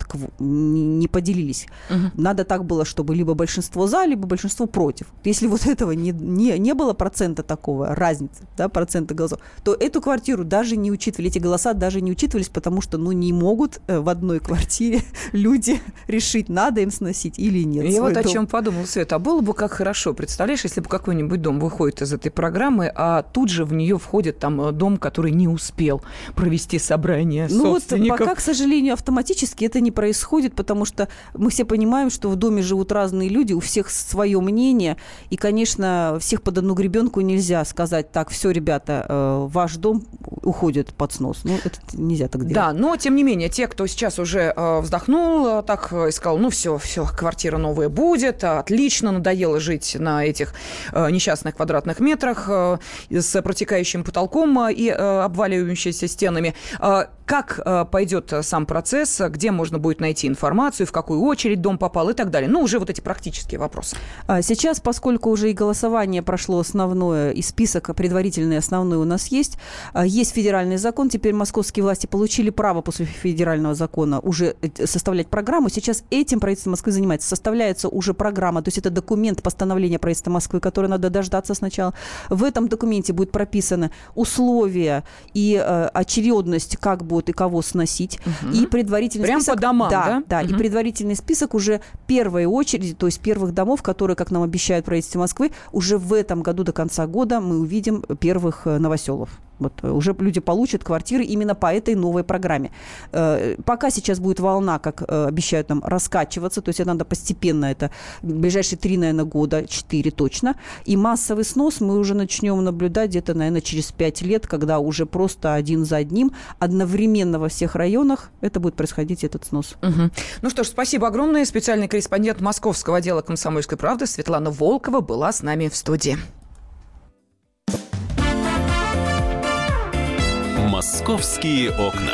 не поделились. Надо так было, чтобы либо большинство за, либо большинство против. Если вот этого не было процента такого, разницы, да, процента голосов, то эту квартиру даже не учитывали, эти голоса даже не учитывались, потому что, не могут в одной квартире люди решить, надо им сносить или нет. Я вот о чем подумала, Света, а было бы как хорошо, представляешь, если бы какой-нибудь дом выходит из этой программы, а тут же в нее входит там дом, который не успел провести собрание собственников. Пока, к сожалению, автоматически это не происходит, потому что мы все понимаем, что в доме живут разные люди, у всех свое мнение, и, конечно, всех под одну гребенку нельзя сказать, так, все, ребята, ваш дом уходит под снос. Это нельзя так делать. Да, но, тем не менее, те, кто сейчас уже вздохнул, так и сказал, все, квартира новая будет, отлично, надоело жить на этих несчастных квадратных метрах с протекающим потолком и обваливающимися стенами. Как пойдет сам процесс, где можно будет найти информацию, в какую очередь дом попал и так далее. Уже вот эти практические вопросы. Сейчас, поскольку уже и голосование прошло основное, и список предварительный основной у нас есть федеральный закон, теперь московские власти получили право после федерального закона уже составлять программу. Сейчас этим правительство Москвы занимается. Составляется уже программа, то есть это документ постановления правительства Москвы, который надо дождаться сначала. В этом документе будет прописаны условия и очередность, как будет и кого сносить. И предварительный список... Прямо по домам, да? И предварительный список уже первой очереди, то есть первых домов, которые, как нам обещает правительство Москвы, уже в этом году до конца года мы увидим первых новоселов. Вот уже люди получат квартиры именно по этой новой программе. Пока сейчас будет волна, как обещают нам, раскачиваться, то есть это надо постепенно, это ближайшие 3, наверное, года, 4 точно. И массовый снос мы уже начнем наблюдать где-то, наверное, через 5 лет, когда уже просто один за одним, одновременно во всех районах это будет происходить, этот снос. Ну что ж, спасибо огромное. Специальный корреспондент Московского отдела «Комсомольской правды» Светлана Волкова была с нами в студии. «Московские окна».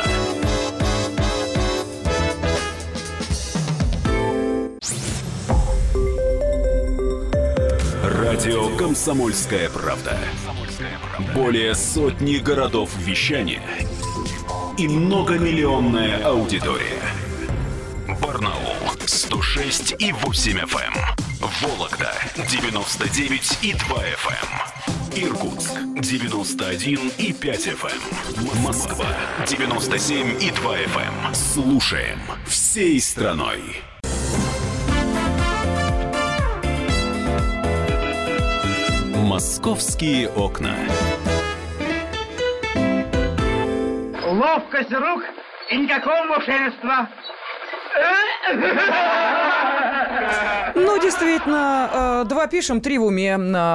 Радио «Комсомольская правда». Более сотни городов вещания и многомиллионная аудитория. Барнаул 106,8 FM. Вологда 99,2 FM. Иркутск 91,5 FM. Москва 97,2 FM. Слушаем всей страной. «Московские окна». Ловкость рук и никакого мошенничества. Ну, действительно, 2 пишем, 3 в уме.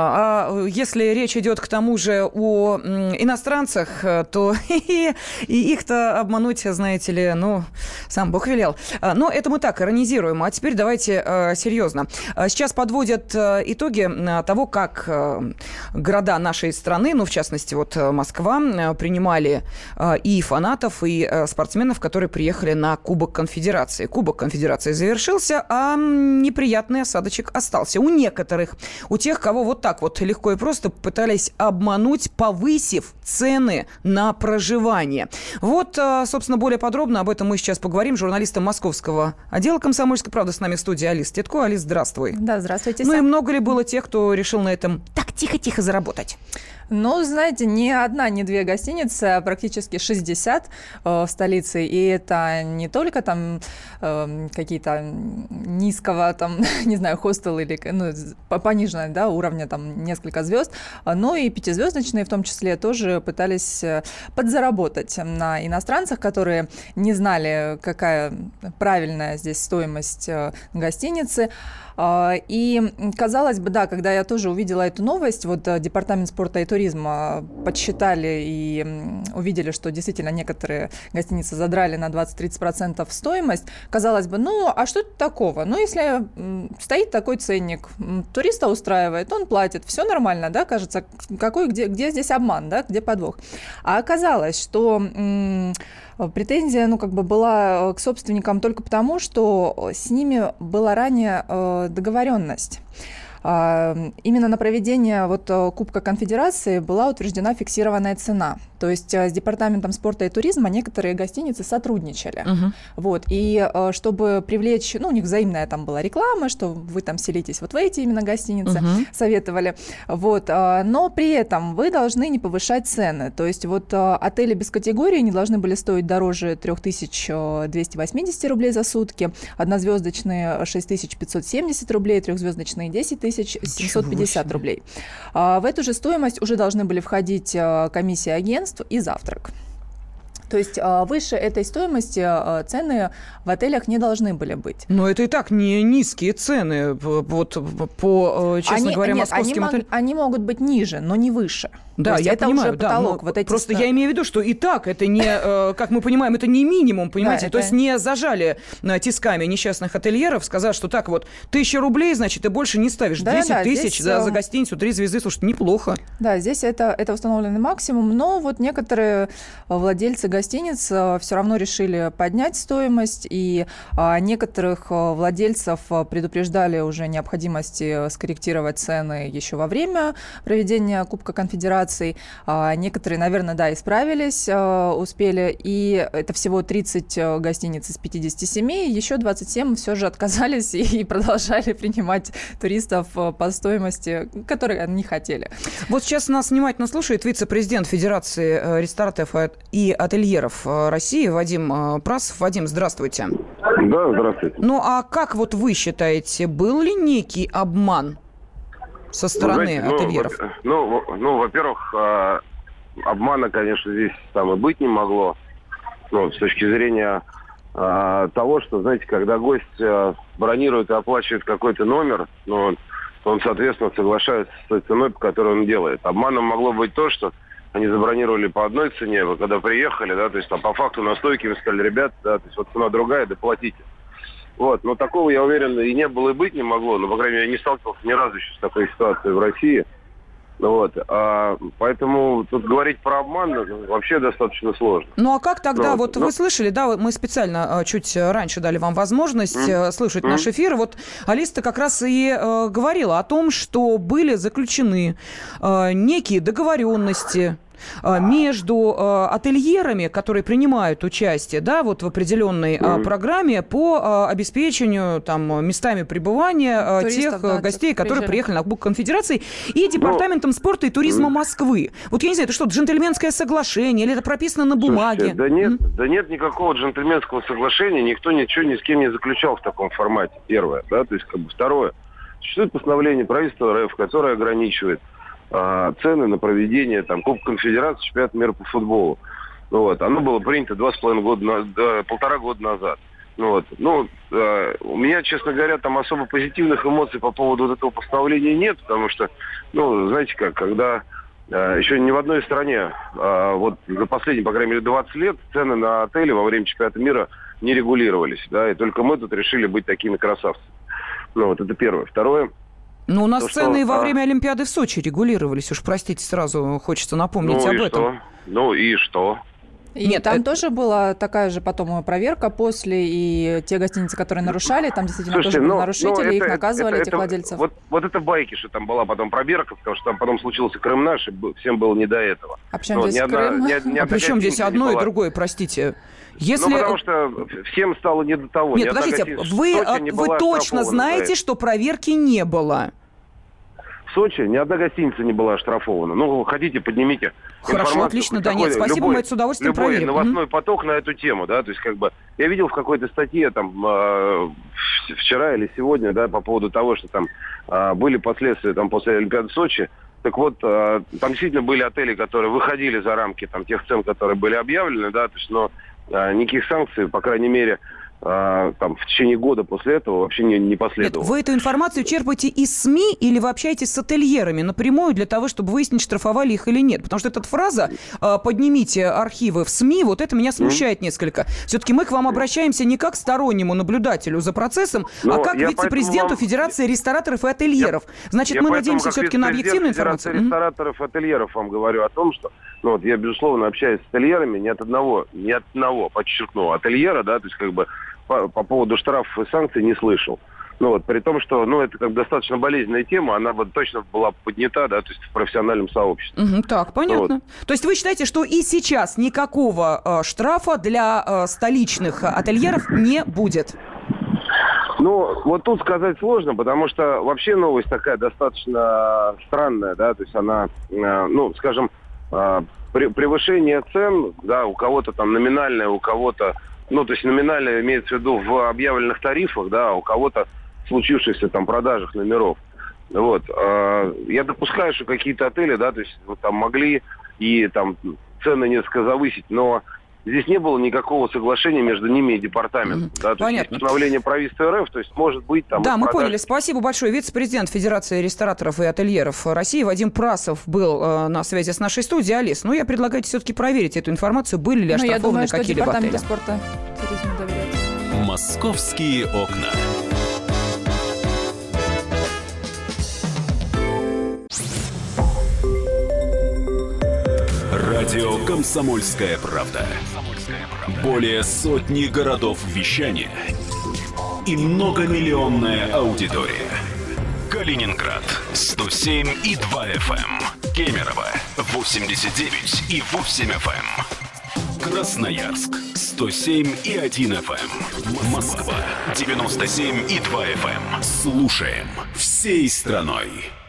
А если речь идет к тому же о иностранцах, то и их-то обмануть, знаете ли, ну, сам Бог велел. Но это мы так иронизируем. А теперь давайте серьезно. Сейчас подводят итоги того, как города нашей страны, ну, в частности, вот Москва, принимали и фанатов, и спортсменов, которые приехали на Кубок Конфедерации. Кубок Конфедерации завершился, а неприятный осадочек остался. У некоторых, у тех, кого вот так вот легко и просто пытались обмануть, повысив цены на проживание. Вот, собственно, более подробно об этом мы сейчас поговорим. Журналистом московского отдела «Комсомольской правды» с нами в студии Алиса Титко. Алис, здравствуй. Да, здравствуйте. Ну и много ли было тех, кто решил на этом так тихо-тихо заработать? Ну, знаете, не одна, не 2 гостиницы, а практически 60 в столице. И это не только там какие-то низкого, там, не знаю, хостел или пониженного, да, уровня, там, несколько звезд, но и 5-звездочные в том числе тоже пытались подзаработать на иностранцах, которые не знали, какая правильная здесь стоимость гостиницы. И, казалось бы, да, когда я тоже увидела эту новость, вот Департамент спорта и туризма подсчитали и увидели, что действительно некоторые гостиницы задрали на 20-30% стоимость, казалось бы, ну, а что это такого? Ну, если стоит такой ценник, туриста устраивает, он платит, все нормально, да, кажется, где здесь обман, да, где подвох? А оказалось, что претензия, ну, как бы была к собственникам только потому, что с ними была ранее договоренность. Именно на проведение вот Кубка Конфедерации была утверждена фиксированная цена. То есть с Департаментом спорта и туризма некоторые гостиницы сотрудничали. Вот. И чтобы привлечь, ну, у них взаимная там была реклама, что вы там селитесь вот в эти именно гостиницы, советовали. Вот. Но при этом вы должны не повышать цены. То есть вот отели без категории не должны были стоить дороже 3280 рублей за сутки, однозвездочные 6570 рублей, трехзвездочные 10 750 рублей. В эту же стоимость уже должны были входить комиссия агентств и завтрак. То есть выше этой стоимости цены в отелях не должны были быть. Но это и так не низкие цены, вот по, честно говоря, московским отелям. Они могут быть ниже, но не выше. Да, я это понимаю, уже потолок. Да, вот эти просто я имею в виду, что и так это не, как мы понимаем, это не минимум, понимаете? Да, то есть не зажали тисками несчастных ательеров, сказать, что так вот, 1000 рублей, значит, ты больше не ставишь. 10 тысяч за гостиницу, 3 звезды, слушай, неплохо. Да, здесь это установленный максимум, но вот некоторые владельцы гостиниц все равно решили поднять стоимость, и некоторых владельцев предупреждали уже необходимости скорректировать цены еще во время проведения Кубка Конфедерации. Некоторые, наверное, да, исправились, успели, и это всего 30 гостиниц из 57, еще 27 все же отказались и продолжали принимать туристов по стоимости, которые они хотели. Вот сейчас нас внимательно слушает вице-президент Федерации рестораторов и ательеров России Вадим Прасов. Вадим, здравствуйте. Да, здравствуйте. Ну, а как вот вы считаете, был ли некий обман со стороны ательеров? Во-первых, обмана, конечно, здесь там и быть не могло. Ну, с точки зрения того, что, знаете, когда гость бронирует и оплачивает какой-то номер, ну, он, соответственно, соглашается с той ценой, по которой он делает. Обманом могло быть то, что они забронировали по одной цене, вы когда приехали, да, то есть там по факту на стойке вы сказали, ребят, да, то есть вот цена другая, доплатите. Вот, но такого, я уверен, и не было, и быть не могло, но, по крайней мере, я не сталкивался ни разу еще с такой ситуацией в России. Вот, поэтому тут говорить про обман вообще достаточно сложно. Ну, а как тогда, вы слышали, да, мы специально чуть раньше дали вам возможность слышать наш эфир, вот Алиса как раз и говорила о том, что были заключены некие договоренности между ательерами, которые принимают участие, да, вот в определенной программе по обеспечению там местами пребывания туристов, тех гостей, которые приехали на Кубок Конфедерации, и Департаментом спорта и туризма Москвы. Вот я не знаю, это что, джентльменское соглашение или это прописано на бумаге? Слушайте, да нет никакого джентльменского соглашения, никто ничего ни с кем не заключал в таком формате, первое, да, то есть как бы второе. Существует постановление правительства РФ, которое ограничивает цены на проведение там Кубка Конфедерации, чемпионата мира по футболу. Вот. Оно было принято 1,5 года назад. Вот. Ну, у меня, честно говоря, там особо позитивных эмоций по поводу вот этого постановления нет, потому что, ну, знаете как, когда еще ни в одной стране вот за последние, по крайней мере, 20 лет цены на отели во время чемпионата мира не регулировались, да, и только мы тут решили быть такими красавцами. Ну, вот это первое. Второе. Ну, у нас цены и во время Олимпиады в Сочи регулировались, уж простите, сразу хочется напомнить об этом. Ну и что? И нет, там тоже была такая же потом проверка после, и те гостиницы, которые нарушали, там действительно тоже были нарушители, их наказывали, этих владельцев. Вот это байки, что там была потом проверка, потому что там потом случился Крым наш, и всем было не до этого. А при чем здесь Крым? А при чем здесь одно и другое, простите? Если... Ну, потому что всем стало не до того. Нет, подождите, вы точно знаете, что проверки не было? В Сочи ни одна гостиница не была оштрафована. Ну, хотите, поднимите. Хорошо, отлично, да, нет, спасибо, мы это с удовольствием проверим. Новостной поток на эту тему, да, то есть как бы я видел в какой-то статье там вчера или сегодня, да, по поводу того, что там были последствия там после Олимпиады в Сочи. Так вот, там действительно были отели, которые выходили за рамки там тех цен, которые были объявлены, да, то есть, но никаких санкций, по крайней мере, там, в течение года после этого вообще не последовало. Нет, вы эту информацию черпаете из СМИ или вы общаетесь с ательерами напрямую для того, чтобы выяснить, штрафовали их или нет? Потому что эта фраза «поднимите архивы в СМИ», вот это меня смущает несколько. Все-таки мы к вам обращаемся не как стороннему наблюдателю за процессом, а как вице-президенту Федерации рестораторов и ательеров. Значит, мы надеемся все-таки на объективную информацию. Федерации рестораторов и ательеров вам говорю о том, что ну, вот я, безусловно, общаюсь с ательерами, ни от одного, подчеркну, ательера, да, то есть как бы по поводу штрафов и санкций не слышал. Ну вот, при том, что, ну, это как бы достаточно болезненная тема, она бы точно была поднята, да, то есть в профессиональном сообществе. Так, понятно. Вот. То есть вы считаете, что и сейчас никакого штрафа для столичных ательеров не будет? Ну, вот тут сказать сложно, потому что вообще новость такая достаточно странная, да, то есть она, ну, скажем, превышение цен, да, у кого-то там номинальное, у кого-то, ну, то есть номинальное имеется в виду в объявленных тарифах, да, а у кого-то случившихся там продажах номеров. Вот. Я допускаю, что какие-то отели, да, то есть вот, там могли и там цены несколько завысить, но здесь не было никакого соглашения между ними и департаментом. Да, то есть постановление правительства РФ, то есть может быть там... Да, мы поняли. Спасибо большое. Вице-президент Федерации рестораторов и ательеров России Вадим Прасов был на связи с нашей студией. Алис, ну я предлагаю все-таки проверить эту информацию, были ли оштрафованы какие-либо отели. Я думаю, что департаменту спорта туризма доверяют. Московские окна. Радио «Комсомольская правда». Более сотни городов вещания и многомиллионная аудитория. Калининград 107,2 FM, Кемерово 89,8 FM, Красноярск 107,1 FM, Москва 97,2 FM. Слушаем всей страной.